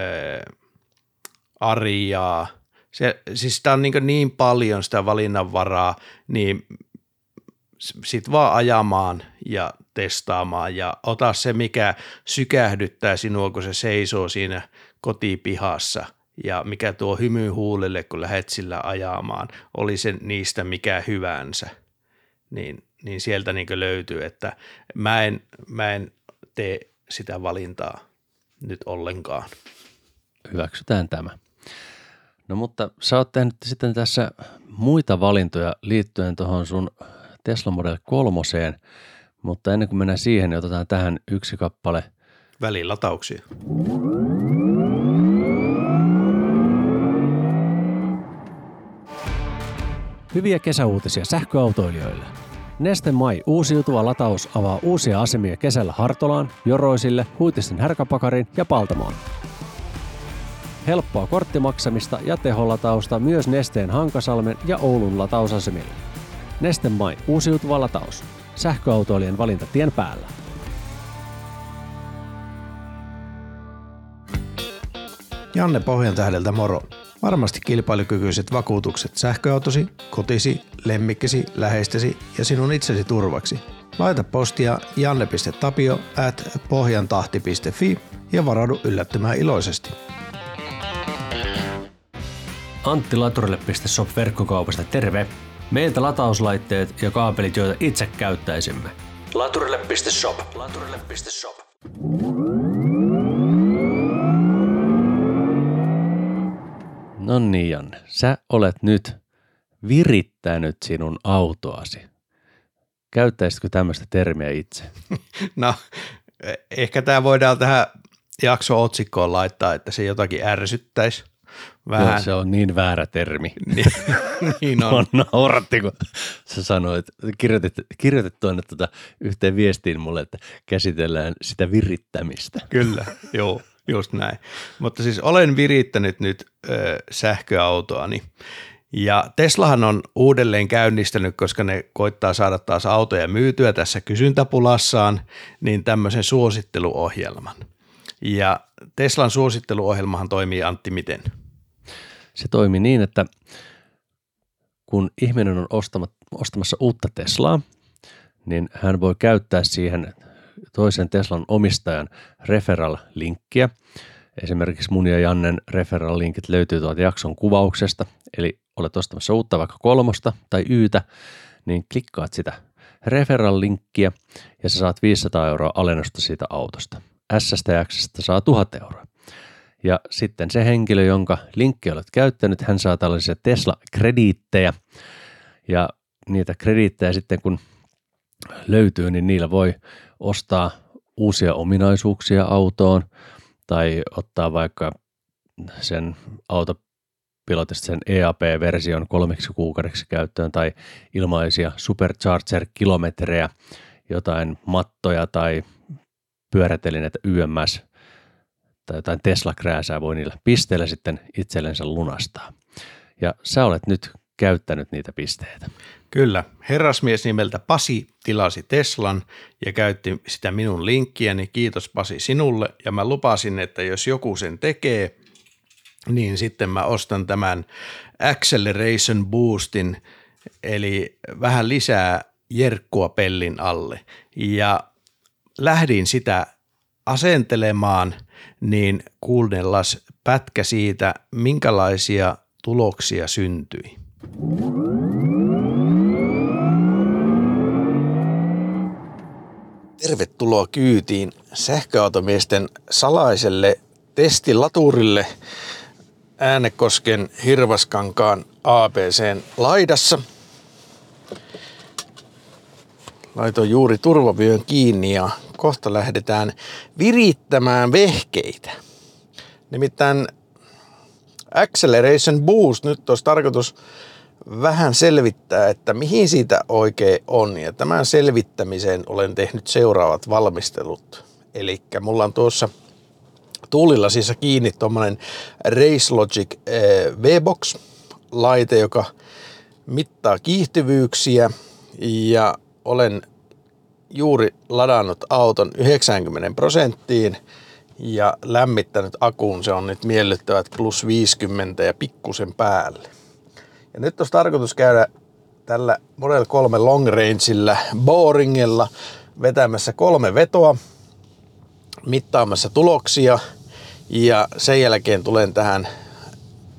Ariaa. Se, siis sitä on niin, niin paljon sitä valinnanvaraa, niin sit vaan ajamaan ja testaamaan ja ota se, mikä sykähdyttää sinua, kun se seisoo siinä kotipihassa ja mikä tuo hymy huulille, kun lähdet sillä ajamaan, oli se niistä mikä hyvänsä, niin, niin sieltä niin löytyy, että mä en, mä en tee sitä valintaa nyt ollenkaan. Hyväksytään tämä. No mutta sä oot tehnyt sitten tässä muita valintoja liittyen tuohon sun Tesla Model kolmoseen, mutta ennen kuin mennään siihen, niin otetaan tähän yksi kappale välilatauksia. Hyviä kesäuutisia sähköautoilijoille. Neste MY uusiutuva lataus avaa uusia asemia kesällä Hartolaan, Joroisille, Huitisten Härkäpakariin ja Paltamoon. Helppoa korttimaksamista ja teholatausta myös Nesteen Hankasalmen ja Oulun latausasemilla. Neste MY uusiutuva lataus. Sähköautoilijan valinta tien päällä. Janne Pohjantähdeltä moro. Varmasti kilpailukykyiset vakuutukset sähköautosi, kotisi, lemmikkisi, läheistesi ja sinun itsesi turvaksi. Laita postia janne piste tapio at pohjantahti piste fi ja varaudu yllättymään iloisesti. Antti Laturille piste shop verkkokaupasta terve! Meiltä latauslaitteet ja kaapelit, joita itse käyttäisimme. Laturille piste shop. Laturille piste shop. No niin, Janne. Sä olet nyt virittänyt sinun autoasi. Käyttäisitkö tämmöistä termiä itse? No, ehkä tämä voidaan tähän jakso-otsikkoon laittaa, että se jotakin ärsyttäisi. Vähän. Joo, se on niin väärä termi. niin, niin on. on nauratti, kun sä sanoit, kirjoitit, kirjoitit tuonne tuota yhteen viestiin mulle, että käsitellään sitä virittämistä. Kyllä, joo, just näin. Mutta siis olen virittänyt nyt ö, sähköautoani. Ja Teslahan on uudelleen käynnistänyt, koska ne koittaa saada taas autoja myytyä tässä kysyntäpulassaan, niin tämmöisen suositteluohjelman. Ja Teslan suositteluohjelmahan toimii, Antti, miten? Se toimii niin, että kun ihminen on ostamassa uutta Teslaa, niin hän voi käyttää siihen toisen Teslan omistajan referral-linkkiä. Esimerkiksi mun ja Jannen referral-linkit löytyy tuolta jakson kuvauksesta, eli olet ostamassa uutta vaikka kolmosta tai yytä, niin klikkaat sitä referral-linkkiä ja sä saat viisisataa euroa alennusta siitä autosta. S:stä ja X:stä saa tuhat euroa. Ja sitten se henkilö, jonka linkkiä olet käyttänyt, hän saa tällaisia Tesla-krediittejä. Ja niitä krediittejä sitten kun löytyy, niin niillä voi ostaa uusia ominaisuuksia autoon tai ottaa vaikka sen autopilotista sen E A P-version kolmeksi kuukaudeksi käyttöön tai ilmaisia Supercharger-kilometrejä, jotain mattoja tai pyörätelineitä Y M S tai jotain Tesla-krääsää voi niillä pisteillä sitten itsellensä lunastaa. Ja sä olet nyt käyttänyt niitä pisteitä. Kyllä. Herrasmies nimeltä Pasi tilasi Teslan ja käytti sitä minun linkkiäni. Kiitos Pasi sinulle. Ja mä lupasin, että jos joku sen tekee, niin sitten mä ostan tämän Acceleration Boostin, eli vähän lisää jerkkua pellin alle. Ja lähdin sitä asentelemaan, niin kuunnellas pätkä siitä, minkälaisia tuloksia syntyi. Tervetuloa kyytiin sähköautomiesten salaiselle testilaturille Äänekosken Hirvaskankaan A B C:n laidassa. Laitoin juuri turvavyön kiinni ja kohta lähdetään virittämään vehkeitä. Nimittäin Acceleration Boost nyt olisi tarkoitus vähän selvittää, että mihin siitä oikein on. Ja tämän selvittämiseen olen tehnyt seuraavat valmistelut. Eli mulla on tuossa tuulilasissa kiinni tuommoinen RaceLogic V-Box-laite, joka mittaa kiihtyvyyksiä, ja olen juuri ladannut auton yhdeksänkymmentä prosenttiin ja lämmittänyt akun. Se on nyt miellyttävät plus viisikymmentä ja pikkusen päälle. Ja nyt olisi tarkoitus käydä tällä Model kolme Long Rangella boringilla vetämässä kolme vetoa, mittaamassa tuloksia, ja sen jälkeen tulen tähän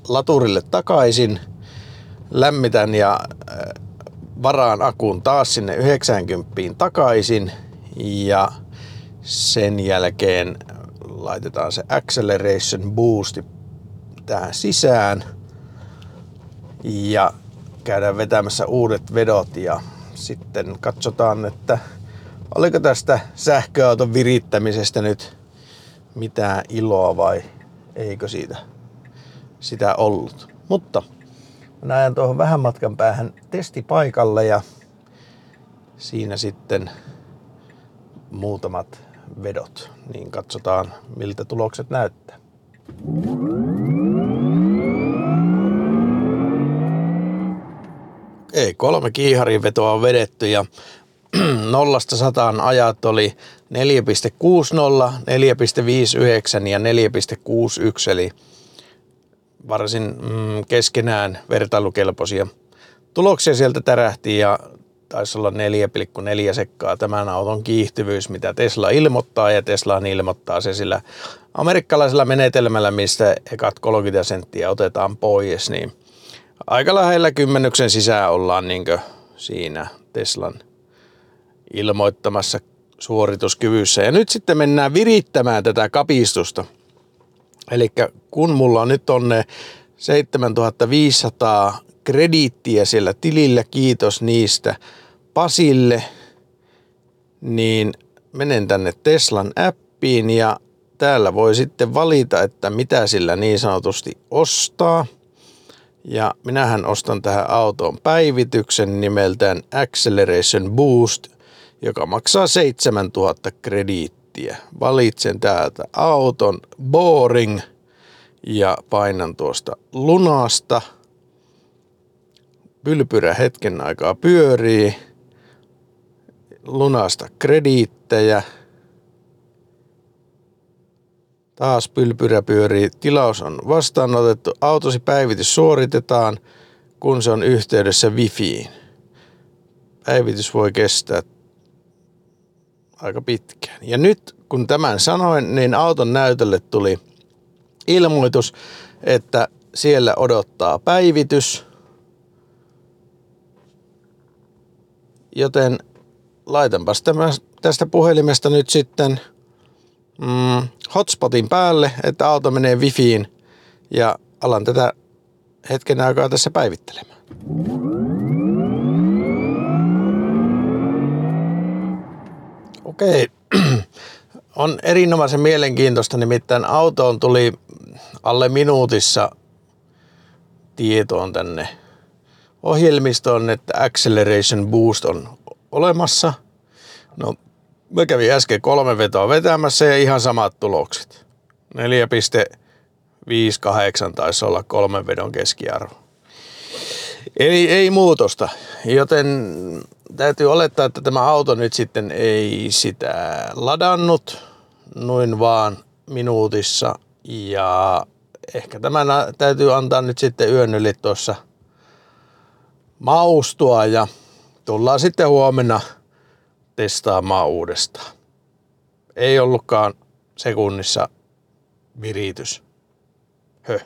laturille takaisin, lämmitän ja varaan akun taas sinne yhdeksänkymmentä takaisin ja sen jälkeen laitetaan se acceleration boosti tähän sisään ja käydään vetämässä uudet vedot ja sitten katsotaan, että oliko tästä sähköauton virittämisestä nyt mitään iloa vai eikö siitä sitä ollut. Mutta mä näen tuohon vähän matkan päähän testipaikalle ja siinä sitten muutamat vedot, niin katsotaan miltä tulokset näyttää. Okei, kolme kiiharin vetoa on vedetty ja nollasta sataan ajat oli neljä pilkku kuusikymmentä, neljä pilkku viisikymmentäyhdeksän ja neljä pilkku kuusikymmentäyksi, eli varsin mm, keskenään vertailukelpoisia tuloksia sieltä tärähti ja taisi olla neljä pilkku neljä sekkaa tämän auton kiihtyvyys, mitä Tesla ilmoittaa, ja Tesla ilmoittaa se sillä amerikkalaisella menetelmällä, mistä ekat kolmekymmentä senttiä otetaan pois, niin aika lähellä kymmenyksen sisään ollaan niinkö siinä Teslan ilmoittamassa suorituskyvyssä. Ja nyt sitten mennään virittämään tätä kapistusta. Eli kun mulla on nyt on ne seitsemäntuhatta viisisataa krediittiä siellä tilillä, kiitos niistä Pasille, niin menen tänne Teslan appiin ja täällä voi sitten valita, että mitä sillä niin sanotusti ostaa. Ja minähän ostan tähän autoon päivityksen nimeltään Acceleration Boost, joka maksaa seitsemäntuhatta krediittiä. Valitsen täältä auton Boring ja painan tuosta lunasta. Pylpyrä hetken aikaa pyörii. Lunasta krediittejä. Taas pylpyrä pyörii. Tilaus on vastaanotettu. Autosi päivitys suoritetaan, kun se on yhteydessä wifiin. Päivitys voi kestää aika pitkään. Ja nyt kun tämän sanoin, niin auton näytölle tuli ilmoitus, että siellä odottaa päivitys. Joten laitanpas tästä puhelimesta nyt sitten mm, hotspotin päälle, että auto menee wifiin ja alan tätä hetken aikaa tässä päivittelemään. Okei, on erinomaisen mielenkiintoista, nimittäin autoon tuli alle minuutissa tietoon tänne ohjelmistoon, että Acceleration Boost on olemassa. No, mä kävin äsken kolme vetoa vetämässä ja ihan samat tulokset. neljä pilkku viisikymmentäkahdeksan taisi olla kolmen vedon keskiarvo. Eli ei muutosta, joten täytyy olettaa, että tämä auto nyt sitten ei sitä ladannut noin vaan minuutissa ja ehkä tämän täytyy antaa nyt sitten yön yli tuossa maustua ja tullaan sitten huomenna testaamaan uudestaan. Ei ollutkaan sekunnissa viritys. Höh.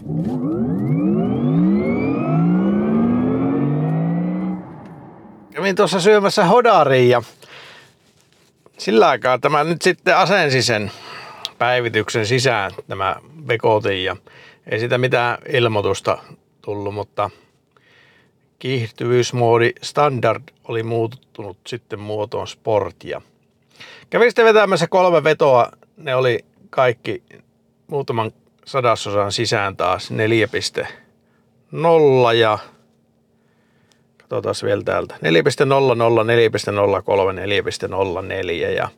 Kävin tuossa syömässä hodariin ja sillä aikaa tämä nyt sitten asensi sen päivityksen sisään, tämä vekotin, ja ei sitä mitään ilmoitusta tullut, mutta kiihtyvyysmoodi standard oli muuttunut sitten muotoon sport. Ja kävin sitten vetämässä kolme vetoa, ne oli kaikki muutaman sadasosan sisään taas neljä pilkku nolla ja katsotaan vielä täältä neljä pilkku nolla nolla, neljä pilkku nolla kolme, neljä pilkku nolla neljä ja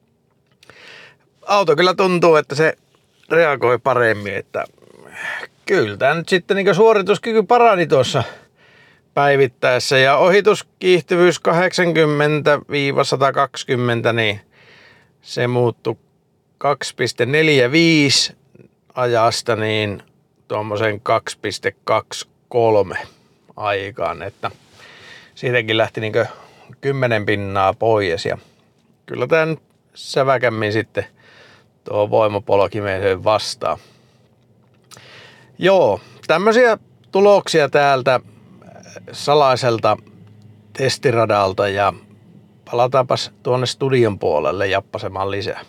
auto kyllä tuntuu, että se reagoi paremmin, että kyllä tämä nyt sitten niin suorituskyky parani tuossa päivittäessä ja ohituskiihtyvyys kahdeksankymmentä sata kaksikymmentä, niin se muuttui kaksi pilkku neljäkymmentäviisi ajasta niin tuommoisen kaksi pilkku kaksikymmentäkolme aikaan, että siitäkin lähti niin kymmenen pinnaa pois ja kyllä tämä nyt säväkämmin sitten tuo voimapolkimeen vastaan. Joo, tämmöisiä tuloksia täältä salaiselta testiradalta ja palataanpas tuonne studion puolelle jappasemaan lisää.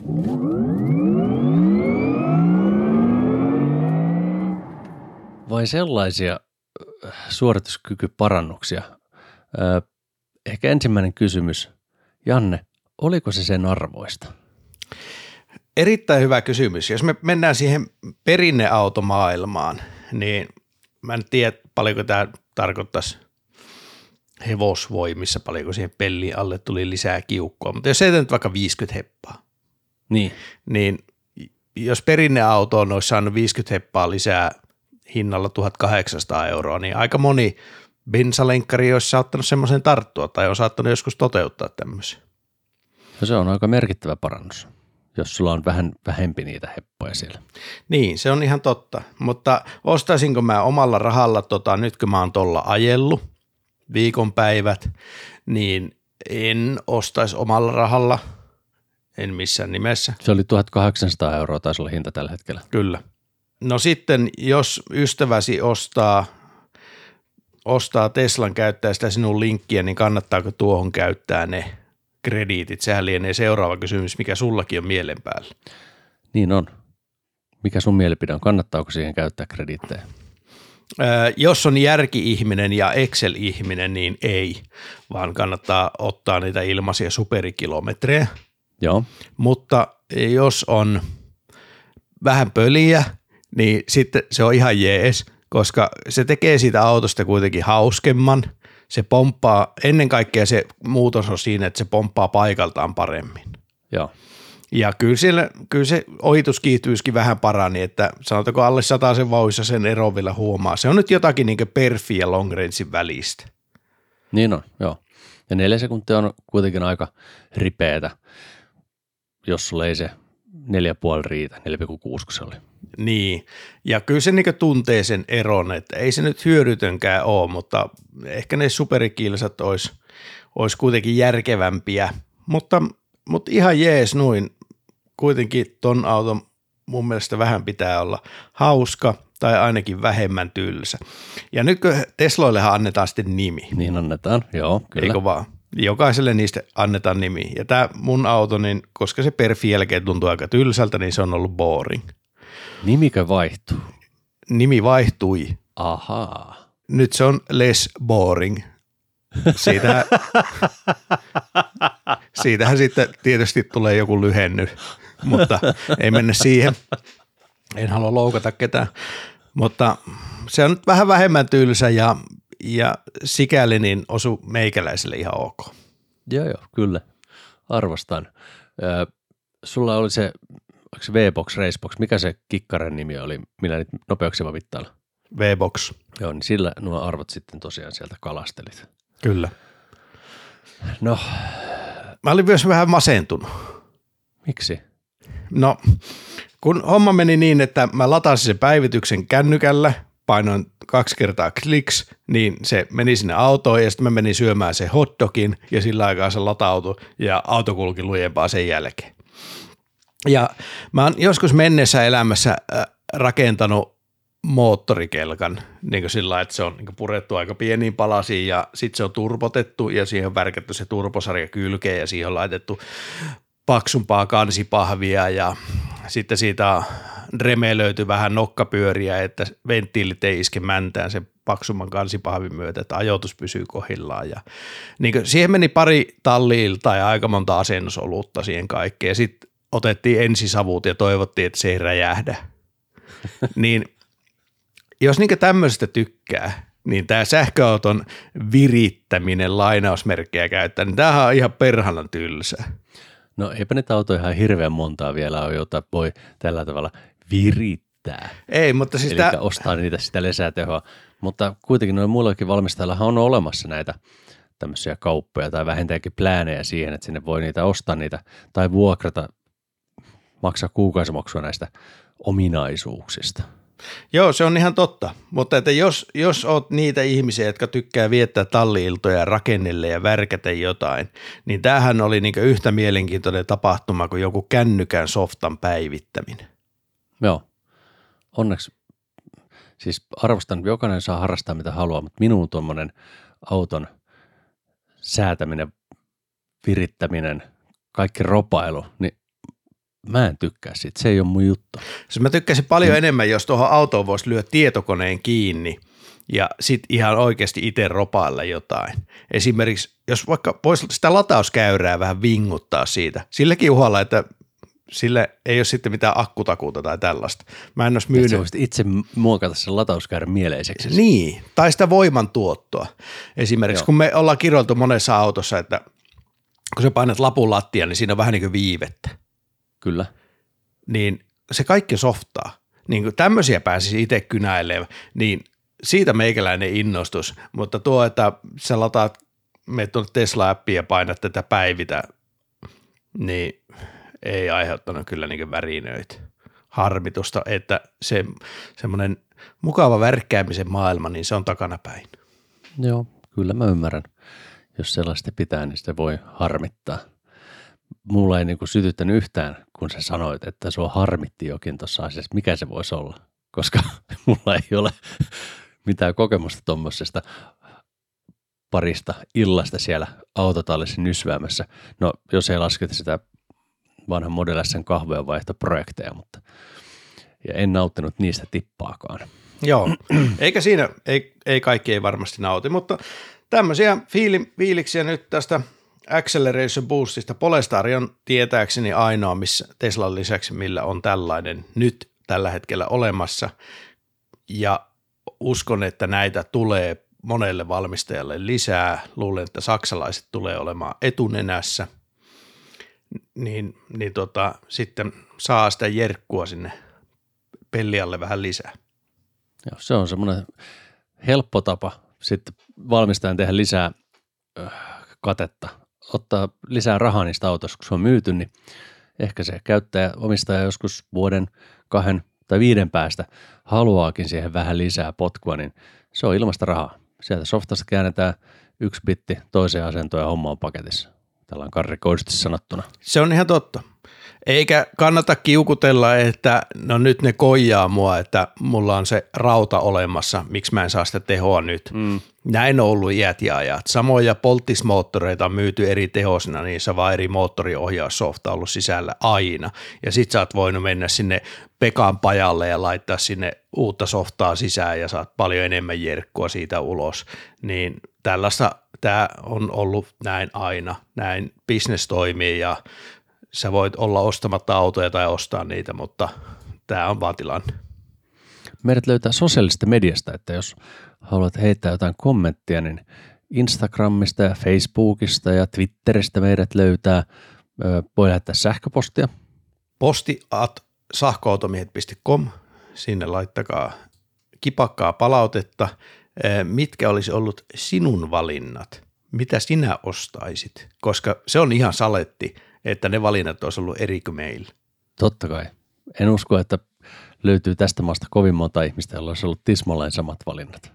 Vai sellaisia suorituskykyparannuksia? Öö, ehkä ensimmäinen kysymys. Janne, oliko se sen arvoista? Erittäin hyvä kysymys. Jos me mennään siihen perinneautomaailmaan, niin mä en tiedä paljonko tämä tarkoittaisi hevosvoimissa, paljonko siihen pellin alle tuli lisää kiukkoa, mutta jos ei nyt vaikka viisikymmentä heppaa, niin, niin jos perinneautoon olisi saanut viisikymmentä heppaa lisää hinnalla tuhatkahdeksansataa euroa, niin aika moni bensalenkkari olisi saattanut semmoisen tarttua tai on saattanut joskus toteuttaa tämmöisen. No se on aika merkittävä parannus, jos sulla on vähän vähempi niitä heppoja siellä. Niin, se on ihan totta, mutta ostaisinko mä omalla rahalla, tota, nyt kun mä oon tuolla ajellut viikonpäivät, niin en ostaisi omalla rahalla, en missään nimessä. Se oli tuhatkahdeksansataa euroa taisi olla hinta tällä hetkellä. Kyllä. No sitten, jos ystäväsi ostaa, ostaa Teslan, käyttää sitä sinun linkkiä, niin kannattaako tuohon käyttää ne krediitit? Sehän lienee seuraava kysymys, mikä sullakin on mielen päällä. Niin on. Mikä sun mielipide on? Kannattaako siihen käyttää krediittejä? Öö, jos on järki-ihminen ja Excel-ihminen, niin ei, vaan kannattaa ottaa niitä ilmaisia superikilometrejä. Joo. Mutta jos on vähän pöliä, niin sitten se on ihan jees, koska se tekee siitä autosta kuitenkin hauskemman. Se pomppaa, ennen kaikkea se muutos on siinä, että se pomppaa paikaltaan paremmin. Joo. Ja kyllä, siellä, kyllä se ohituskiihtyyskin vähän parani, että sanotaanko alle sataisen vauhissa sen eron vielä huomaa. Se on nyt jotakin niin kuin perfi ja long rangein välistä. Niin on, joo. Ja neljä sekuntia on kuitenkin aika ripeätä, jos sulla ei se neljä pilkku viisi riitä, neljä pilkku kuusi kun se oli. Niin, ja kyllä se niin kuin tuntee sen eron, että ei se nyt hyödytönkään ole, mutta ehkä ne superikilsat olisi, olisi kuitenkin järkevämpiä, mutta, mutta ihan jees noin. Kuitenkin ton auton mun mielestä vähän pitää olla hauska tai ainakin vähemmän tylsä. Ja nyt kun Tesloillehan annetaan sitten nimi. Niin annetaan, joo, kyllä. Eikö vaan? Jokaiselle niistä annetaan nimi. Ja tämä mun auto, niin koska se perfi jälkeen tuntuu aika tylsältä, niin se on ollut boring. Nimikö vaihtuu? Nimi vaihtui. Ahaa. Nyt se on less boring. Siitähän, siitähän sitten tietysti tulee joku lyhennys, mutta ei mennä siihen. En halua loukata ketään, mutta se on nyt vähän vähemmän tylsä ja, ja sikäli niin osu meikäläiselle ihan ok. Joo, joo, kyllä. Arvostan. Ö, sulla oli se, onko se V-Box, Racebox, mikä se kikkaren nimi oli, millä niitä nopeuksia mä vittailla? V-Box. Joo, niin sillä nuo arvot sitten tosiaan sieltä kalastelit. Kyllä. No. Mä olin myös vähän masentunut. Miksi? No, kun homma meni niin, että mä latasin sen päivityksen kännykällä, painoin kaksi kertaa kliks, niin se meni sinne autoon ja sitten mä menin syömään se hotdogin ja sillä aikaa se latautui ja auto kulki lujempaa sen jälkeen. Ja mä oon joskus menneessä elämässä rakentanut moottorikelkan niin kuin sillä lailla, että se on niin purettu aika pieniin palasiin ja sitten se on turpotettu ja siihen on värkätty se turposarja kylkeen ja siihen on laitettu paksumpaa kansipahvia ja sitten siitä on remelöity vähän nokkapyöriä, että venttiilit ei iske mäntään sen paksumman kansipahvin myötä, että ajoitus pysyy kohdillaan. Ja niin kuin siihen meni pari talli-iltaa ja aika monta asennusolutta siihen kaikkeen. Sitten otettiin ensisavut ja toivottiin, että se ei räjähdä. Niin jos niin tämmöisestä tykkää, niin tämä sähköauton virittäminen lainausmerkkejä käyttää, niin tämähän on ihan perhanan tylsää. No eipä niitä autoja ihan hirveän montaa vielä ole, jota voi tällä tavalla virittää. Ei, mutta siis Eli tää... ostaa niitä sitä lisätehoa. Mutta kuitenkin noin muillakin valmistajillahan on olemassa näitä tämmöisiä kauppoja tai vähintäänkin pläänejä siihen, että sinne voi niitä ostaa niitä tai vuokrata, maksaa kuukausimaksua näistä ominaisuuksista. Joo, se on ihan totta, mutta että jos, jos oot niitä ihmisiä, jotka tykkää viettää talli-iltoja, rakennelle ja värkätä jotain, niin tämähän oli niin yhtä mielenkiintoinen tapahtuma kuin joku kännykän softan päivittäminen. Joo, onneksi Siis arvostan, jokainen saa harrastaa mitä haluaa, mutta minun tuommoinen auton säätäminen, virittäminen, kaikki ropailu, niin mä en tykkää siitä. Se ei ole mun juttu. Siis mä tykkäsin paljon mm. enemmän, jos tuohon autoon voisi lyödä tietokoneen kiinni ja sitten ihan oikeasti itse ropailla jotain. Esimerkiksi jos vaikka voisi sitä latauskäyrää vähän vinguttaa siitä, silläkin uhalla, että sillä ei ole sitten mitään akkutakuuta tai tällaista. Mä en olisi myynyt. Sä voisit itse muokata sen latauskäyrän mieleiseksi. Niin, tai sitä voimantuottoa. Esimerkiksi Joo. kun me ollaan kirjoiltu monessa autossa, että kun sä painat lapun lattiaan, niin siinä on vähän niin kuin viivettä. Kyllä. Niin se kaikki softaa. Niin kuin tämmöisiä pääsisi itse kynäilemään, niin siitä meikäläinen innostus. Mutta tuo, että sä lataat, meet tuonne Tesla-appiin ja painat tätä päivitä, niin ei aiheuttanut kyllä niin värinöitä, harmitusta, että se semmoinen mukava värkkäämisen maailma, niin se on takanapäin. Joo, kyllä mä ymmärrän. Jos sellaista pitää, niin sitä voi harmittaa. Mulla ei niin kuin sytyttänyt yhtään, kun sä sanoit, että sua harmitti jokin tuossa asiassa. Mikä se voisi olla? Koska mulla ei ole mitään kokemusta tuommoisesta parista illasta siellä autotallissa nysväämässä. No, jos ei lasketa sitä vanhan Model S:n kahvojen vaihtoprojekteja, mutta ja en nauttinut niistä tippaakaan. Joo, eikä siinä, ei, ei kaikki ei varmasti nauti, mutta tämmöisiä fiili, fiiliksiä nyt tästä Acceleration Boostista. Polestar on tietääkseni ainoa, missä Teslan lisäksi, millä on tällainen nyt tällä hetkellä olemassa, ja uskon, että näitä tulee monelle valmistajalle lisää. Luulen, että saksalaiset tulee olemaan etunenässä. Niin, niin tota, sitten saa sitä jerkkua sinne pellialle vähän lisää. Joo, se on semmoinen helppo tapa sitten valmistajan tehdä lisää äh, katetta, ottaa lisää rahaa niistä autoista, kun se on myyty, niin ehkä se käyttäjä, omistaja joskus vuoden, kahden tai viiden päästä haluaakin siihen vähän lisää potkua, niin se on ilmasta rahaa. Sieltä softasta käännetään yksi bitti toiseen asentoon ja homma on paketissa. Tällainen karrikoidusti sanottuna. Se on ihan totta. Eikä kannata kiukutella, että no nyt ne koijaa mua, että mulla on se rauta olemassa, miksi mä en saa sitä tehoa nyt. Mm. Näin on ollut iät ja ajat. Samoja polttismoottoreita on myyty eri tehosina, niissä vaan eri moottoriohjaussofta on ollut sisällä aina. Ja sit sä oot voinut mennä sinne Pekan pajalle ja laittaa sinne uutta softaa sisään ja saat paljon enemmän jerkkua siitä ulos. Niin tällaista tämä on ollut näin aina. Näin business toimii ja sä voit olla ostamatta autoja tai ostaa niitä, mutta tämä on vaan tilanne. Meidät löytää sosiaalisesta mediasta, että jos haluat heittää jotain kommenttia, niin Instagramista ja Facebookista ja Twitteristä meidät löytää. Voi lähettää sähköpostia. Posti at sähköautomiehet piste com. Sinne laittakaa kipakkaa palautetta. Mitkä olisi ollut sinun valinnat? Mitä sinä ostaisit? Koska se on ihan saletti, että ne valinnat olisi ollut eri kuin meillä. Totta kai. En usko, että löytyy tästä maasta kovin monta ihmistä, jolla olisi ollut tismalleen samat valinnat.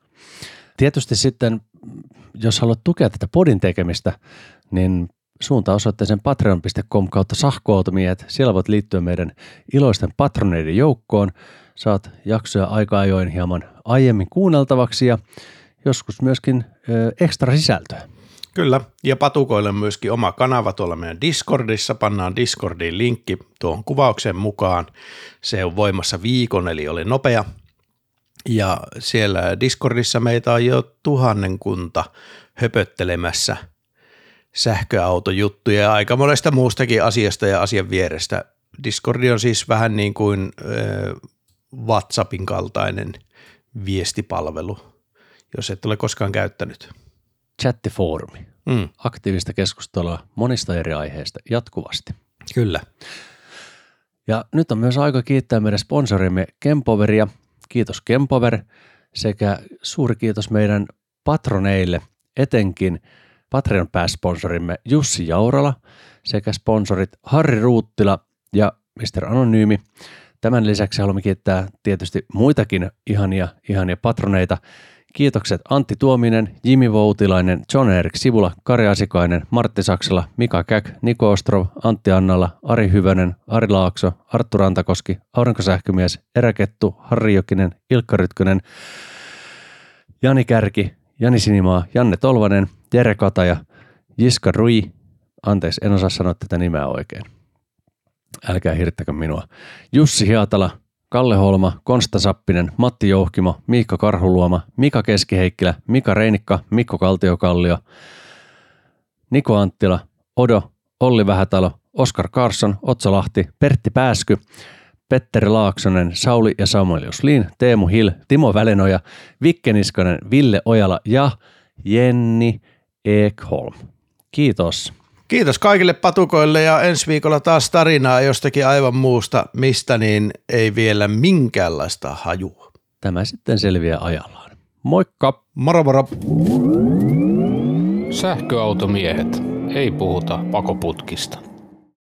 Tietysti sitten, jos haluat tukea tätä podin tekemistä, niin suunta osoitteeseen patreon piste com kautta sähköautomiehet. Siellä voit liittyä meidän iloisten patroneiden joukkoon. Saat jaksoja aika ajoin hieman aiemmin kuunneltavaksi ja joskus myöskin ö, ekstra sisältöä. Kyllä, ja patukoille myöskin oma kanava tuolla meidän Discordissa. Pannaan Discordiin linkki tuohon kuvaukseen mukaan. Se on voimassa viikon, eli oli nopea. Ja siellä Discordissa meitä on jo tuhannenkunta höpöttelemässä sähköautojuttuja ja aika monesta muustakin asiasta ja asian vierestä. Discordi on siis vähän niin kuin äh, WhatsAppin kaltainen viestipalvelu, jos et ole koskaan käyttänyt. Chattifoorumi. Mm. Aktiivista keskustelua monista eri aiheista jatkuvasti. Kyllä. Ja nyt on myös aika kiittää meidän sponsorimme Kempoveria. Kiitos Kempover sekä suuri kiitos meidän patroneille, etenkin Patreon pääsponsorimme Jussi Jaurala sekä sponsorit Harri Ruuttila ja mister Anonyymi. Tämän lisäksi haluamme kiittää tietysti muitakin ihania, ihania patroneita. Kiitokset Antti Tuominen, Jimi Voutilainen, John Erik Sivula, Kari Asikainen, Martti Saksala, Mika Käk, Niko Ostrov, Antti Annala, Ari Hyvönen, Ari Laakso, Arttu Rantakoski, Aurinkosähkömies, Eräkettu, Harri Jokinen, Ilkka Rytkönen, Jani Kärki, Jani Sinimaa, Janne Tolvanen, Jere Kataja, Jiska Rui, anteeksi, en osaa sanoa tätä nimeä oikein. Älkää hirttäkö minua. Jussi Hiatala, Kalle Holma, Konsta Sappinen, Matti Jouhkimo, Miikka Karhuluoma, Mika Keskiheikkilä, Mika Reinikka, Mikko Kaltiokallio, Niko Anttila, Odo, Olli Vähätalo, Oskar Karsson, Otso Lahti, Pertti Pääsky, Petteri Laaksonen, Sauli ja Samuel Juslin, Teemu Hill, Timo Välenoja, Vikke Niskanen, Ville Ojala ja Jenni Ekholm. Kiitos. Kiitos kaikille patukoille ja ensi viikolla taas tarinaa jostakin aivan muusta, mistä niin ei vielä minkäänlaista hajua. Tämä sitten selviää ajallaan. Moikka! Moro moro! Sähköautomiehet. Ei puhuta pakoputkista.